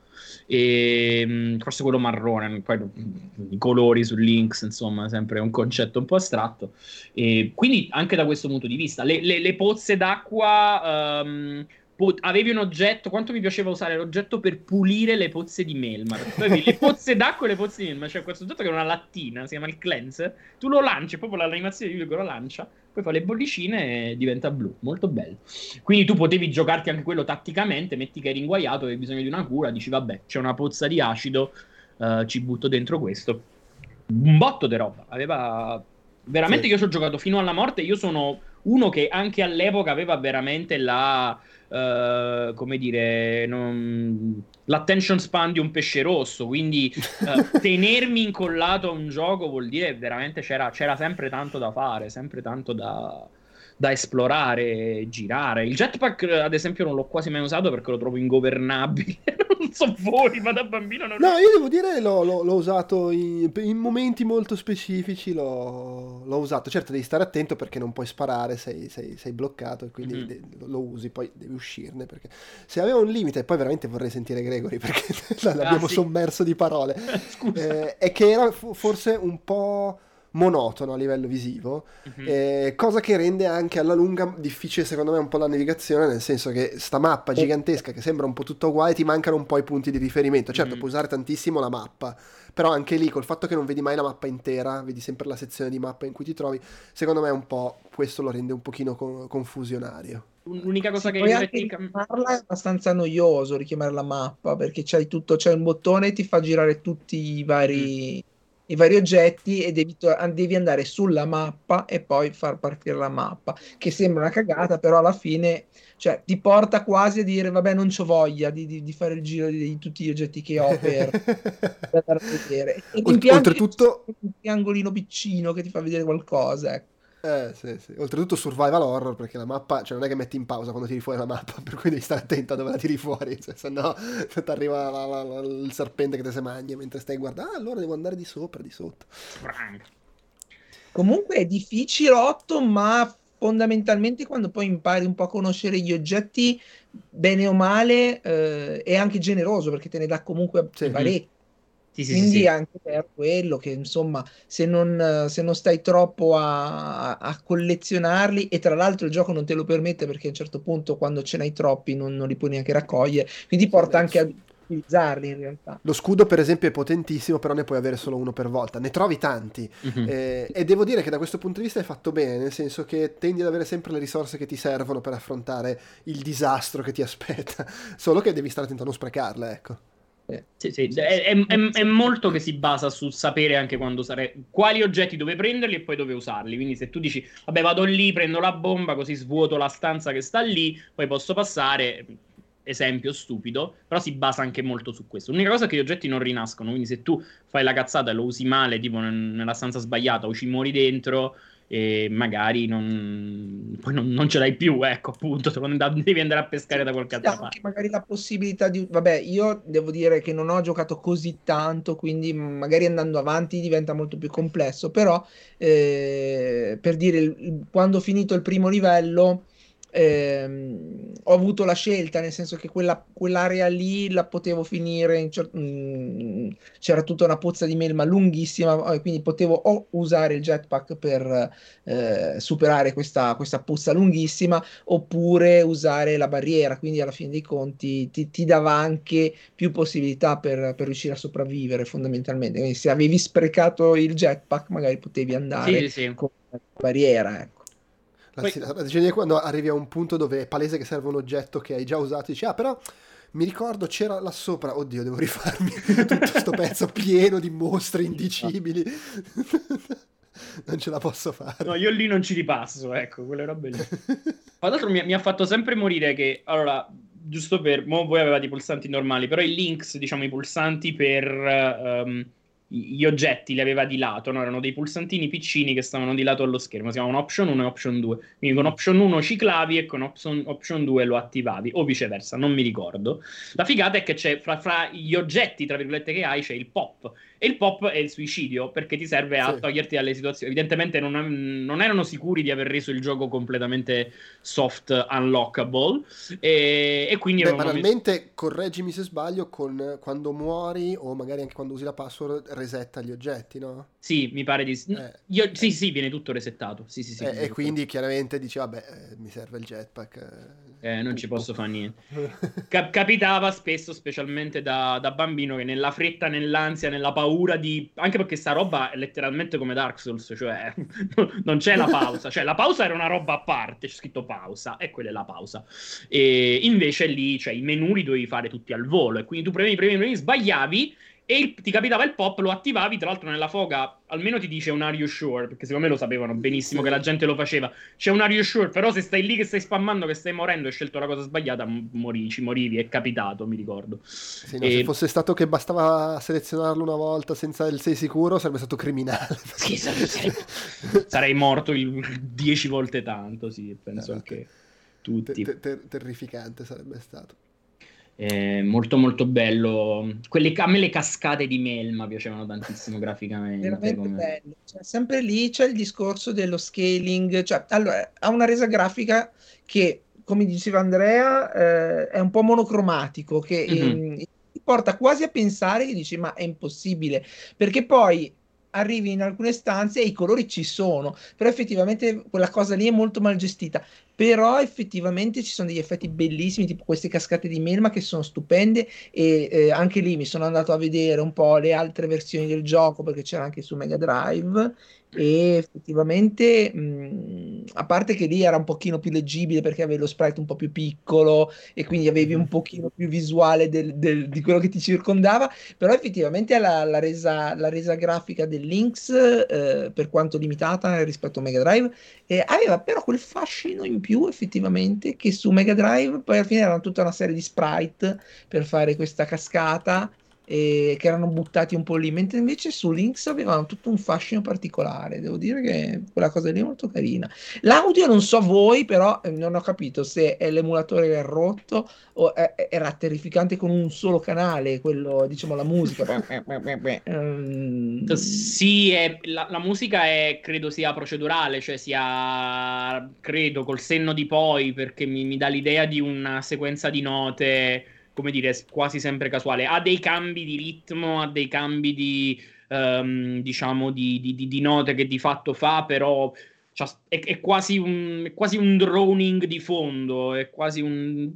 e forse quello marrone, poi i colori su Lynx, insomma, sempre un concetto un po' astratto. E quindi anche da questo punto di vista, le pozze d'acqua... avevi un oggetto, quanto mi piaceva usare l'oggetto per pulire le pozze di Melmar. Tu avevi le pozze d'acqua e le pozze di Melmar, c'è questo oggetto che è una lattina, si chiama il cleanser, tu lo lanci, proprio l'animazione di lui che lo lancia, poi fa le bollicine e diventa blu, molto bello. Quindi tu potevi giocarti anche quello tatticamente, metti che eri inguaiato, avevi bisogno di una cura, dici vabbè, c'è una pozza di acido, ci butto dentro questo. Un botto di roba, aveva... Veramente io ci ho giocato fino alla morte, io sono uno che anche all'epoca aveva veramente come dire, l'attention span di un pesce rosso, quindi tenermi incollato a un gioco vuol dire veramente c'era sempre tanto da fare, sempre tanto da esplorare, girare. Il jetpack, ad esempio, non l'ho quasi mai usato perché lo trovo ingovernabile. Non so voi, ma da bambino non... No, io devo dire l'ho usato in momenti molto specifici, l'ho usato. Certo devi stare attento perché non puoi sparare, sei bloccato e quindi lo usi, poi devi uscirne, perché se aveva un limite, poi veramente vorrei sentire Gregory perché l'abbiamo sommerso di parole. Scusa. È che era forse un po' monotono a livello visivo, cosa che rende anche alla lunga difficile secondo me un po' la navigazione, nel senso che sta mappa gigantesca che sembra un po' tutta uguale, ti mancano un po' i punti di riferimento. Certo puoi usare tantissimo la mappa, però anche lì col fatto che non vedi mai la mappa intera, vedi sempre la sezione di mappa in cui ti trovi, secondo me un po' questo lo rende un pochino confusionario. L'unica cosa che poi anche richiamarla è abbastanza noioso, richiamare la mappa, perché c'è un bottone e ti fa girare tutti i vari oggetti e devi andare sulla mappa e poi far partire la mappa, che sembra una cagata, però alla fine cioè, ti porta quasi a dire vabbè, non c'ho voglia di fare il giro di tutti gli oggetti che ho per andare a vedere. E oltretutto un triangolino piccino che ti fa vedere qualcosa, ecco. Sì. Oltretutto survival horror, perché la mappa, cioè non è che metti in pausa quando tiri fuori la mappa, per cui devi stare attento a dove la tiri fuori, cioè, se no ti arriva il serpente che te se mangia mentre stai guardando. Allora devo andare di sopra, di sotto. Comunque è difficilotto, ma fondamentalmente quando poi impari un po' a conoscere gli oggetti, bene o male, è anche generoso perché te ne dà comunque parecchi. Quindi anche per quello che insomma se non stai troppo a collezionarli, e tra l'altro il gioco non te lo permette perché a un certo punto quando ce n'hai troppi non li puoi neanche raccogliere, quindi porta anche a utilizzarli in realtà. Lo scudo per esempio è potentissimo, però ne puoi avere solo uno per volta, ne trovi tanti e devo dire che da questo punto di vista è fatto bene, nel senso che tendi ad avere sempre le risorse che ti servono per affrontare il disastro che ti aspetta, solo che devi stare attento a non sprecarle, ecco. È molto che si basa su sapere anche quando quali oggetti dove prenderli e poi dove usarli. Quindi se tu dici vabbè, vado lì, prendo la bomba, così svuoto la stanza che sta lì, poi posso passare, esempio stupido, però si basa anche molto su questo. L'unica cosa è che gli oggetti non rinascono, quindi se tu fai la cazzata e lo usi male, tipo nella stanza sbagliata, o ci muori dentro e magari poi non ce l'hai più, ecco, appunto, devi andare a pescare da qualche altra parte. Magari la possibilità di... Vabbè, io devo dire che non ho giocato così tanto, quindi magari andando avanti diventa molto più complesso, però per dire, quando ho finito il primo livello ho avuto la scelta, nel senso che quell'area lì la potevo finire c'era tutta una pozza di melma lunghissima, quindi potevo o usare il jetpack per superare questa pozza lunghissima, oppure usare la barriera, quindi alla fine dei conti ti dava anche più possibilità per riuscire a sopravvivere fondamentalmente. Quindi se avevi sprecato il jetpack magari potevi andare con la barriera, ecco. Quando arrivi a un punto dove è palese che serve un oggetto che hai già usato, dici però Mi ricordo c'era là sopra, oddio, devo rifarmi tutto sto pezzo pieno di mostri indicibili. Non ce la posso fare. No, io lì non ci ripasso, ecco, quelle robe lì. Tra l'altro mi ha fatto sempre morire che, allora, giusto per... Voi avevate i pulsanti normali, però i Lynx, diciamo, i pulsanti per gli oggetti li aveva di lato, no? Erano dei pulsantini piccini che stavano di lato allo schermo, si chiamavano Option 1 e Option 2. Quindi con Option 1 ciclavi e con Option 2 lo attivavi, o viceversa, non mi ricordo. La figata è che c'è, fra gli oggetti, tra virgolette, che hai, c'è il pop. E il pop è il suicidio, perché ti serve a toglierti dalle situazioni. Evidentemente non erano sicuri di aver reso il gioco completamente soft unlockable. E quindi... banalmente, correggimi se sbaglio, quando muori, o magari anche quando usi la password, resetta gli oggetti, no? Sì, mi pare di sì. Sì, viene tutto resettato. Sì, e quindi chiaramente dici, vabbè, mi serve il jetpack. Non ci posso fare niente. Capitava spesso, specialmente da bambino, che nella fretta, nell'ansia, nella paura di... Anche perché sta roba è letteralmente come Dark Souls, cioè non c'è la pausa. Cioè la pausa era una roba a parte, c'è scritto pausa, e quella è la pausa. E invece lì, cioè, i menu li dovevi fare tutti al volo, e quindi tu premi, sbagliavi, e ti capitava il pop, lo attivavi. Tra l'altro nella foga almeno ti dice un are you sure, perché secondo me lo sapevano benissimo che la gente lo faceva. C'è un are you sure, però se stai lì che stai spammando, che stai morendo e hai scelto la cosa sbagliata, ci morivi, è capitato, mi ricordo. Sì, no, se fosse stato che bastava selezionarlo una volta senza il sei sicuro, sarebbe stato criminale. Sì, sarei morto 10 volte tanto, sì, penso anche tutti. Terrificante sarebbe stato. Molto molto bello. A me le cascate di Melma piacevano tantissimo graficamente. Veramente bello. Cioè, sempre lì c'è il discorso dello scaling. Cioè, allora, ha una resa grafica che, come diceva Andrea, è un po' monocromatico, che ti porta quasi a pensare che dici, ma è impossibile, perché poi arrivi in alcune stanze e i colori ci sono, però effettivamente quella cosa lì è molto mal gestita. Però effettivamente ci sono degli effetti bellissimi, tipo queste cascate di melma che sono stupende, e anche lì mi sono andato a vedere un po' le altre versioni del gioco, perché c'era anche su Mega Drive, e effettivamente a parte che lì era un pochino più leggibile perché avevi lo sprite un po' più piccolo e quindi avevi un pochino più visuale di quello che ti circondava, però effettivamente la resa grafica del Lynx, per quanto limitata rispetto a Mega Drive, aveva però quel fascino in più effettivamente, che su Mega Drive poi alla fine erano tutta una serie di sprite per fare questa cascata, che erano buttati un po' lì, mentre invece su Lynx avevano tutto un fascino particolare. Devo dire che quella cosa lì è molto carina. L'audio non so voi, però non ho capito se è l'emulatore che è rotto o era terrificante con un solo canale, quello, diciamo, la musica. Sì, la musica credo sia procedurale, cioè sia, credo, col senno di poi, perché mi dà l'idea di una sequenza di note, come dire, quasi sempre casuale. Ha dei cambi di ritmo, ha dei cambi diciamo, di note che di fatto fa, però cioè, è quasi un droning di fondo, è quasi un...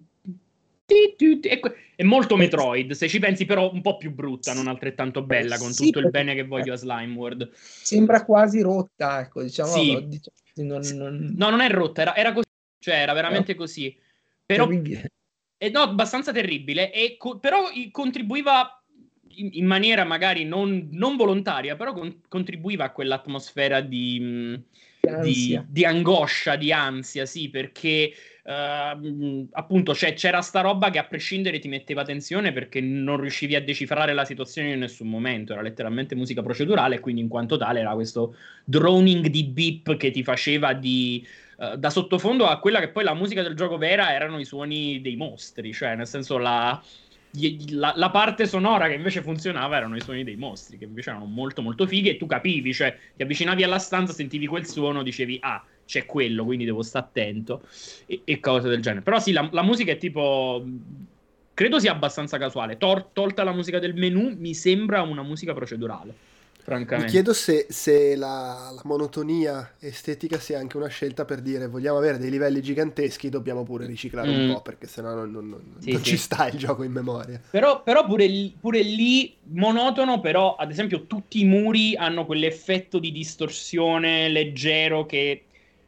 È molto Metroid, se ci pensi, però un po' più brutta, non altrettanto bella, con tutto il bene che voglio a Slime World. Sembra quasi rotta, ecco, diciamo. Sì. No, non è rotta, era così, cioè era veramente così. Però, no, abbastanza terribile, però contribuiva in maniera magari non volontaria, però contribuiva a quell'atmosfera di angoscia, di ansia, sì, perché appunto c'era sta roba che a prescindere ti metteva tensione, perché non riuscivi a decifrare la situazione in nessun momento, era letteralmente musica procedurale, e quindi in quanto tale era questo droning di beep che ti faceva da sottofondo a quella che poi la musica del gioco vera erano i suoni dei mostri, cioè nel senso la parte sonora che invece funzionava erano i suoni dei mostri, che invece erano molto molto fighi, e tu capivi, cioè ti avvicinavi alla stanza, sentivi quel suono, dicevi c'è quello, quindi devo stare attento, e cose del genere. Però sì, la musica è tipo, credo sia abbastanza casuale, tolta la musica del menu, mi sembra una musica procedurale, francamente. Mi chiedo se la monotonia estetica sia anche una scelta per dire vogliamo avere dei livelli giganteschi, dobbiamo pure riciclare un po', perché sennò non ci sta il gioco in memoria. Però pure lì monotono, però ad esempio tutti i muri hanno quell'effetto di distorsione leggero che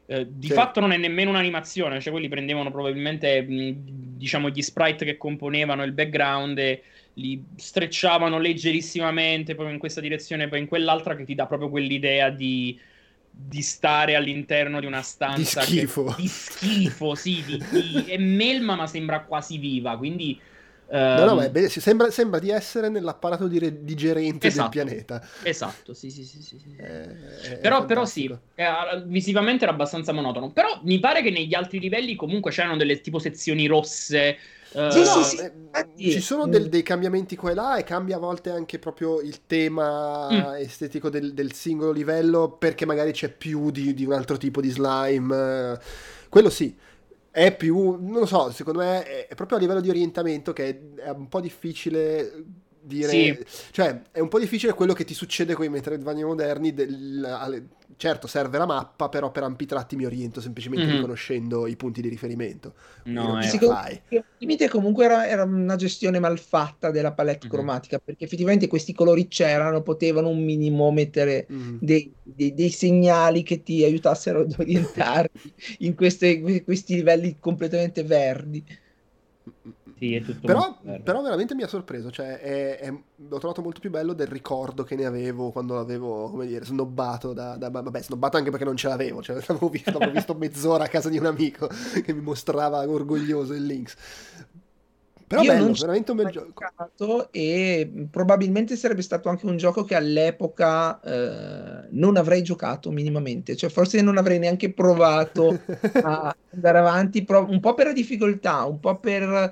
Di fatto non è nemmeno un'animazione, cioè quelli prendevano probabilmente diciamo gli sprite che componevano il background e li strecciavano leggerissimamente, poi in questa direzione, poi in quell'altra, che ti dà proprio quell'idea di stare all'interno di una stanza di schifo, sì, è melma ma sembra quasi viva, quindi no, ma sembra di essere nell'apparato digerente del pianeta. Esatto, sì. Però sì, visivamente era abbastanza monotono. Però mi pare che negli altri livelli comunque c'erano delle tipo sezioni rosse. Ci sono dei cambiamenti qua e là, e cambia a volte anche proprio il tema estetico del singolo livello, perché magari c'è più di un altro tipo di slime. Quello sì. È più, non lo so, secondo me è proprio a livello di orientamento che è un po' difficile dire, sì. Cioè è un po' difficile quello che ti succede con i Metroidvania moderni, certo serve la mappa, però per ampi tratti mi oriento semplicemente riconoscendo i punti di riferimento. No, il limite comunque era una gestione malfatta della palette cromatica, perché effettivamente questi colori c'erano, potevano un minimo mettere dei segnali che ti aiutassero ad orientarti in questi livelli completamente verdi. Sì, è tutto però veramente mi ha sorpreso, cioè l'ho trovato molto più bello del ricordo che ne avevo quando l'avevo, come dire, snobbato vabbè, snobbato anche perché non ce l'avevo, cioè l'avevo visto mezz'ora a casa di un amico che mi mostrava orgoglioso il Lynx. Però io bello, veramente un bel gioco. E probabilmente sarebbe stato anche un gioco che all'epoca non avrei giocato minimamente, cioè forse non avrei neanche provato a andare avanti, un po' per la difficoltà, un po' per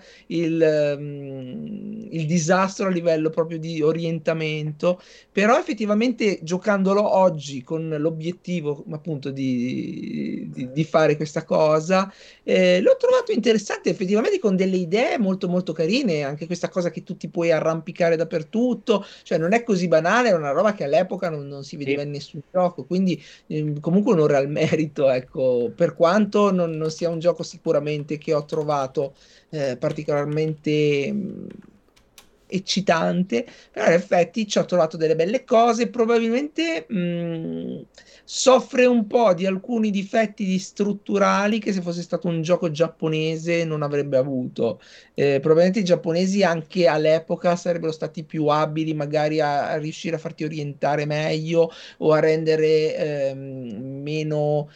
il disastro a livello proprio di orientamento, però effettivamente giocandolo oggi con l'obiettivo appunto di fare questa cosa, l'ho trovato interessante, effettivamente con delle idee molto molto carine, anche questa cosa che tu ti puoi arrampicare dappertutto, cioè non è così banale, è una roba che all'epoca non si vedeva in nessun gioco, quindi comunque onore al merito, ecco, per quanto non sia un gioco sicuramente che ho trovato particolarmente eccitante, però in effetti ci ho trovato delle belle cose, probabilmente soffre un po' di alcuni difetti strutturali che se fosse stato un gioco giapponese non avrebbe avuto. Probabilmente i giapponesi anche all'epoca sarebbero stati più abili magari a riuscire a farti orientare meglio o a rendere meno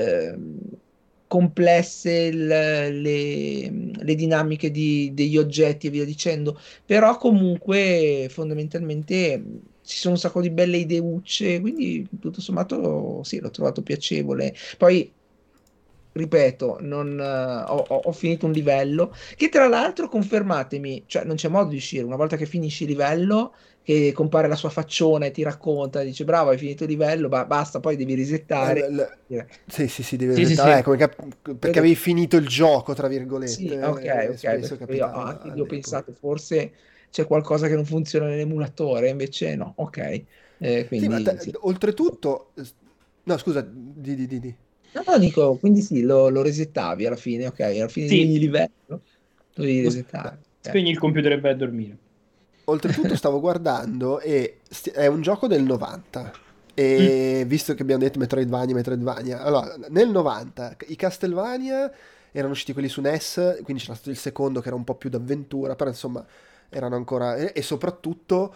complesse le dinamiche degli oggetti e via dicendo, però comunque fondamentalmente ci sono un sacco di belle ideucce, quindi tutto sommato sì, l'ho trovato piacevole. Poi ripeto, ho finito un livello che tra l'altro, confermatemi, cioè non c'è modo di uscire una volta che finisci il livello, che compare la sua facciona e ti racconta, dice bravo, hai finito il livello, basta, poi devi risettare. Sì, devi resettare. Perché avevi finito il gioco, tra virgolette. Sì, ok, io ho pensato forse c'è qualcosa che non funziona nell'emulatore, invece no, ok. Quindi, sì. Oltretutto, no, scusa, di. No, dico, quindi sì, lo resettavi alla fine, ok, alla fine di ogni livello dovevi resettare. Spegni il computer e vai a dormire. Oltretutto stavo guardando e è un gioco del 90 e visto che abbiamo detto Metroidvania, allora nel 90 i Castlevania erano usciti quelli su NES, quindi c'era stato il secondo che era un po' più d'avventura, però insomma erano ancora, e soprattutto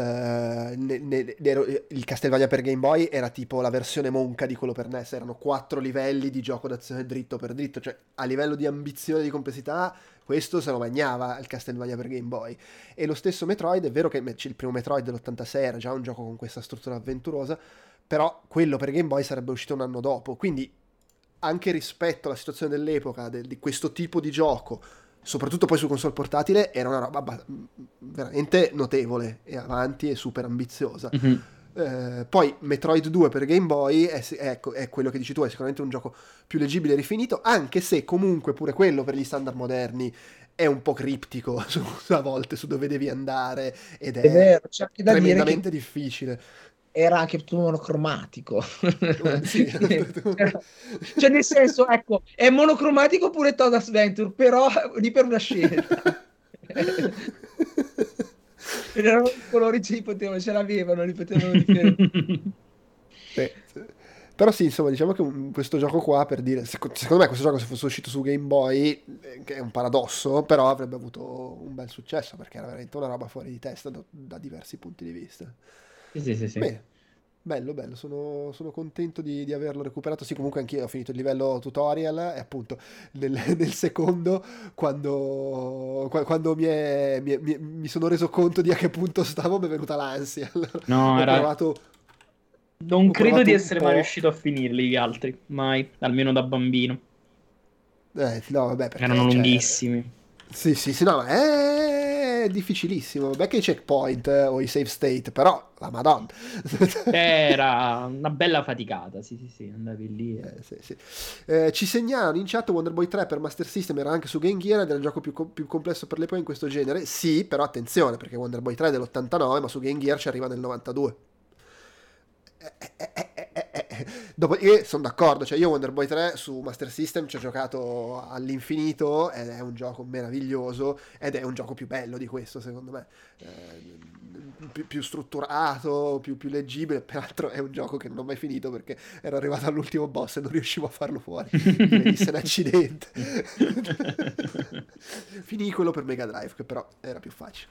il Castlevania per Game Boy era tipo la versione monca di quello per NES, erano 4 livelli di gioco d'azione dritto per dritto, cioè a livello di ambizione e di complessità questo se lo magnava il Castlevania per Game Boy. E lo stesso Metroid, è vero che il primo Metroid dell'86 era già un gioco con questa struttura avventurosa, però quello per Game Boy sarebbe uscito un anno dopo, quindi anche rispetto alla situazione dell'epoca di questo tipo di gioco, soprattutto poi su console portatile, era una roba veramente notevole e avanti e super ambiziosa. Poi Metroid 2 per Game Boy è quello che dici tu, è sicuramente un gioco più leggibile e rifinito, anche se comunque pure quello per gli standard moderni è un po' criptico a volte su dove devi andare ed è vero, c'è anche da tremendamente difficile. Era anche tutto monocromatico. Sì. Cioè nel senso, ecco, è monocromatico pure Todd Adventure, però lì per una scelta. Erano i colori ce l'avevano, li potevano differenziare. Però Però sì, insomma, diciamo che questo gioco qua, per dire, secondo me questo gioco se fosse uscito su Game Boy, che è un paradosso, però avrebbe avuto un bel successo, perché era veramente una roba fuori di testa da diversi punti di vista. Sì. Bene, bello, sono contento di averlo recuperato. Sì, comunque anch'io ho finito il livello tutorial e appunto nel secondo, quando mi sono reso conto di a che punto stavo, mi è venuta l'ansia. Allora, No, non ho credo provato di un essere po'. mai riuscito a finirli gli altri, mai, almeno da bambino. No, vabbè, Erano perché, cioè, lunghissimi. sì, no, ma è difficilissimo. Vabbè che i checkpoint o i save state, però, la madonna. Era una bella faticata, sì, andavi lì. Sì. Ci segnalano in chat Wonder Boy 3 per Master System era anche su Game Gear ed era il gioco più complesso per l'epoca in questo genere. Sì, però attenzione, perché Wonder Boy 3 è dell'89, ma su Game Gear ci arriva nel 92. Dopodiché sono d'accordo, cioè io Wonder Boy 3 su Master System ci ho giocato all'infinito ed è un gioco meraviglioso ed è un gioco più bello di questo secondo me. Più strutturato, più leggibile. Peraltro è un gioco che non ho mai finito perché ero arrivato all'ultimo boss e non riuscivo a farlo fuori. Mi venisse un accidente. Finì quello per Mega Drive, che però era più facile.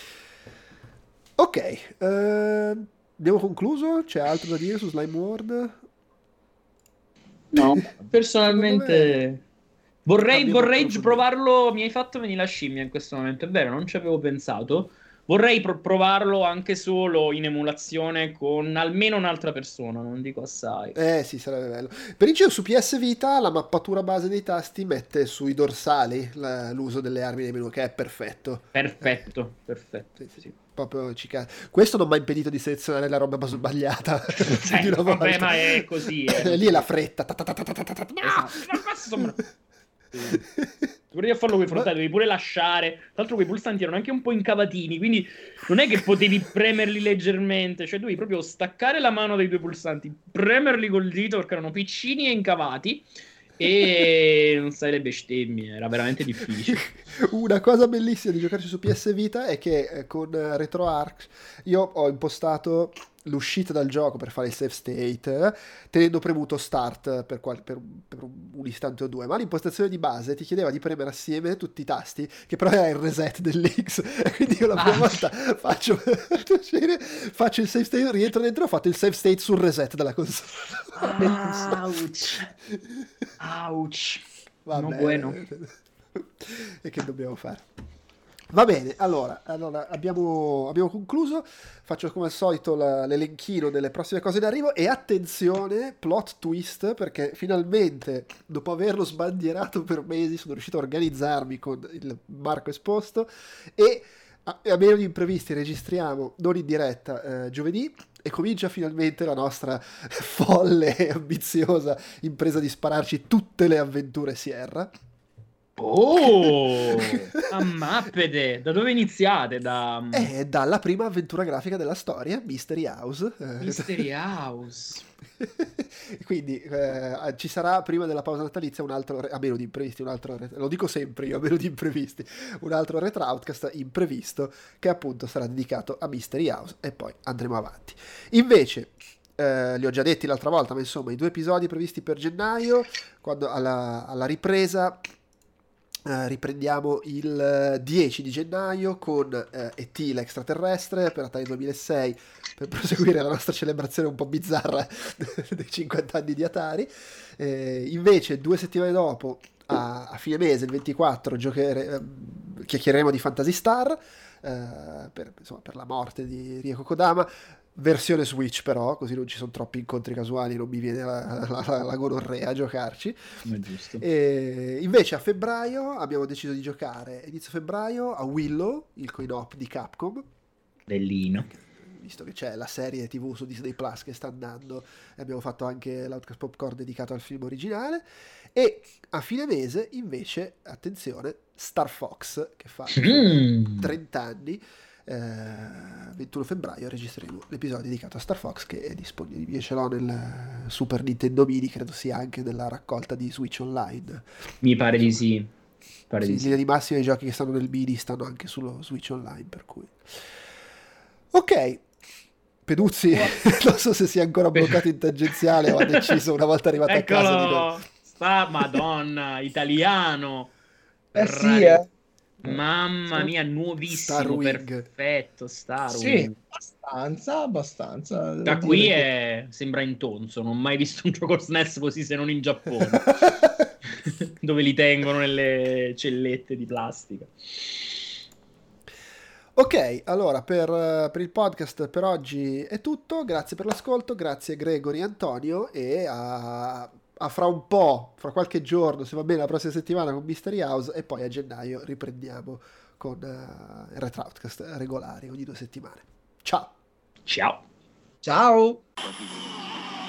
Ok, abbiamo concluso? C'è altro da dire su Slime World? No, Secondo personalmente me vorrei abbiamo approfondito. provarlo. Mi hai fatto venire la scimmia in questo momento, è vero, non ci avevo pensato. Vorrei provarlo anche solo in emulazione con almeno un'altra persona, non dico assai. Sì, sarebbe bello. Per inciso su PS Vita la mappatura base dei tasti mette sui dorsali l'uso delle armi nei menu, che è perfetto. Perfetto, Sì. sì. Proprio questo non mi ha impedito di selezionare la roba sbagliata più di una volta. Vabbè, ma è così. Lì è la fretta. Esatto. Dovrei farlo con i frontali, devi pure lasciare. Tra l'altro quei pulsanti erano anche un po' incavatini, quindi non è che potevi premerli leggermente, cioè dovevi proprio staccare la mano dai due pulsanti, premerli col dito perché erano piccini e incavati e non sai le bestemmie, era veramente difficile. Una cosa bellissima di giocarci su PS Vita è che con RetroArch io ho impostato l'uscita dal gioco per fare il save state tenendo premuto start per un istante o due, ma l'impostazione di base ti chiedeva di premere assieme tutti i tasti, che però era il reset dell'X, e quindi io la prima volta faccio il save state, rientro dentro, ho fatto il save state sul reset della console. Ouch. Va No bene. bueno. E che dobbiamo fare? Va bene, allora abbiamo concluso. Faccio come al solito l'elenchino delle prossime cose in arrivo e attenzione, plot twist, perché finalmente dopo averlo sbandierato per mesi sono riuscito a organizzarmi con il Marco esposto e a meno di imprevisti registriamo non in diretta giovedì e comincia finalmente la nostra folle e ambiziosa impresa di spararci tutte le avventure Sierra. Oh, a mappede, da dove iniziate? Dalla prima avventura grafica della storia, Mystery House. Mystery House. Quindi ci sarà prima della pausa natalizia un altro, a meno di imprevisti, lo dico sempre io, a meno di imprevisti, un altro Retro Outcast imprevisto che appunto sarà dedicato a Mystery House e poi andremo avanti. Invece, li ho già detti l'altra volta, ma insomma i 2 episodi previsti per gennaio, quando alla ripresa... riprendiamo il 10 di gennaio con E.T. l'extraterrestre per Atari 2006 per proseguire la nostra celebrazione un po' bizzarra dei 50 anni di Atari. Invece 2 settimane dopo a fine mese, il 24, chiacchiereremo di Phantasy Star per la morte di Rieko Kodama, versione Switch però, così non ci sono troppi incontri casuali, non mi viene la gonorrea a giocarci. Giusto. E invece a febbraio abbiamo deciso di giocare, inizio febbraio, a Willow, il coin-op di Capcom. Bellino. Visto che c'è la serie TV su Disney Plus che sta andando, e abbiamo fatto anche l'Outcast Popcorn dedicato al film originale. E a fine mese, invece, attenzione, Star Fox, che fa 30 anni. 21 febbraio registreremo l'episodio dedicato a Star Fox, che è disponibile, io ce l'ho nel Super Nintendo Mini, credo sia anche nella raccolta di Switch Online. Mi pare di sì. In linea di massima i giochi che stanno nel Mini stanno anche sullo Switch Online, per cui ok. Peduzzi non so se sia ancora bloccato in tangenziale o ha deciso una volta arrivato a casa di Eccolo, sta Madonna, italiano. Sì, Mamma mia, nuovissimo, perfetto, Sì, abbastanza. Da qui sembra intonso, non ho mai visto un gioco SNES così se non in Giappone, dove li tengono nelle cellette di plastica. Ok, allora per il podcast per oggi è tutto, grazie per l'ascolto, grazie Gregory e Antonio e a fra un po', fra qualche giorno, se va bene la prossima settimana con Mystery House e poi a gennaio riprendiamo con Retroutcast regolari ogni 2 settimane. Ciao! Ciao! Ciao!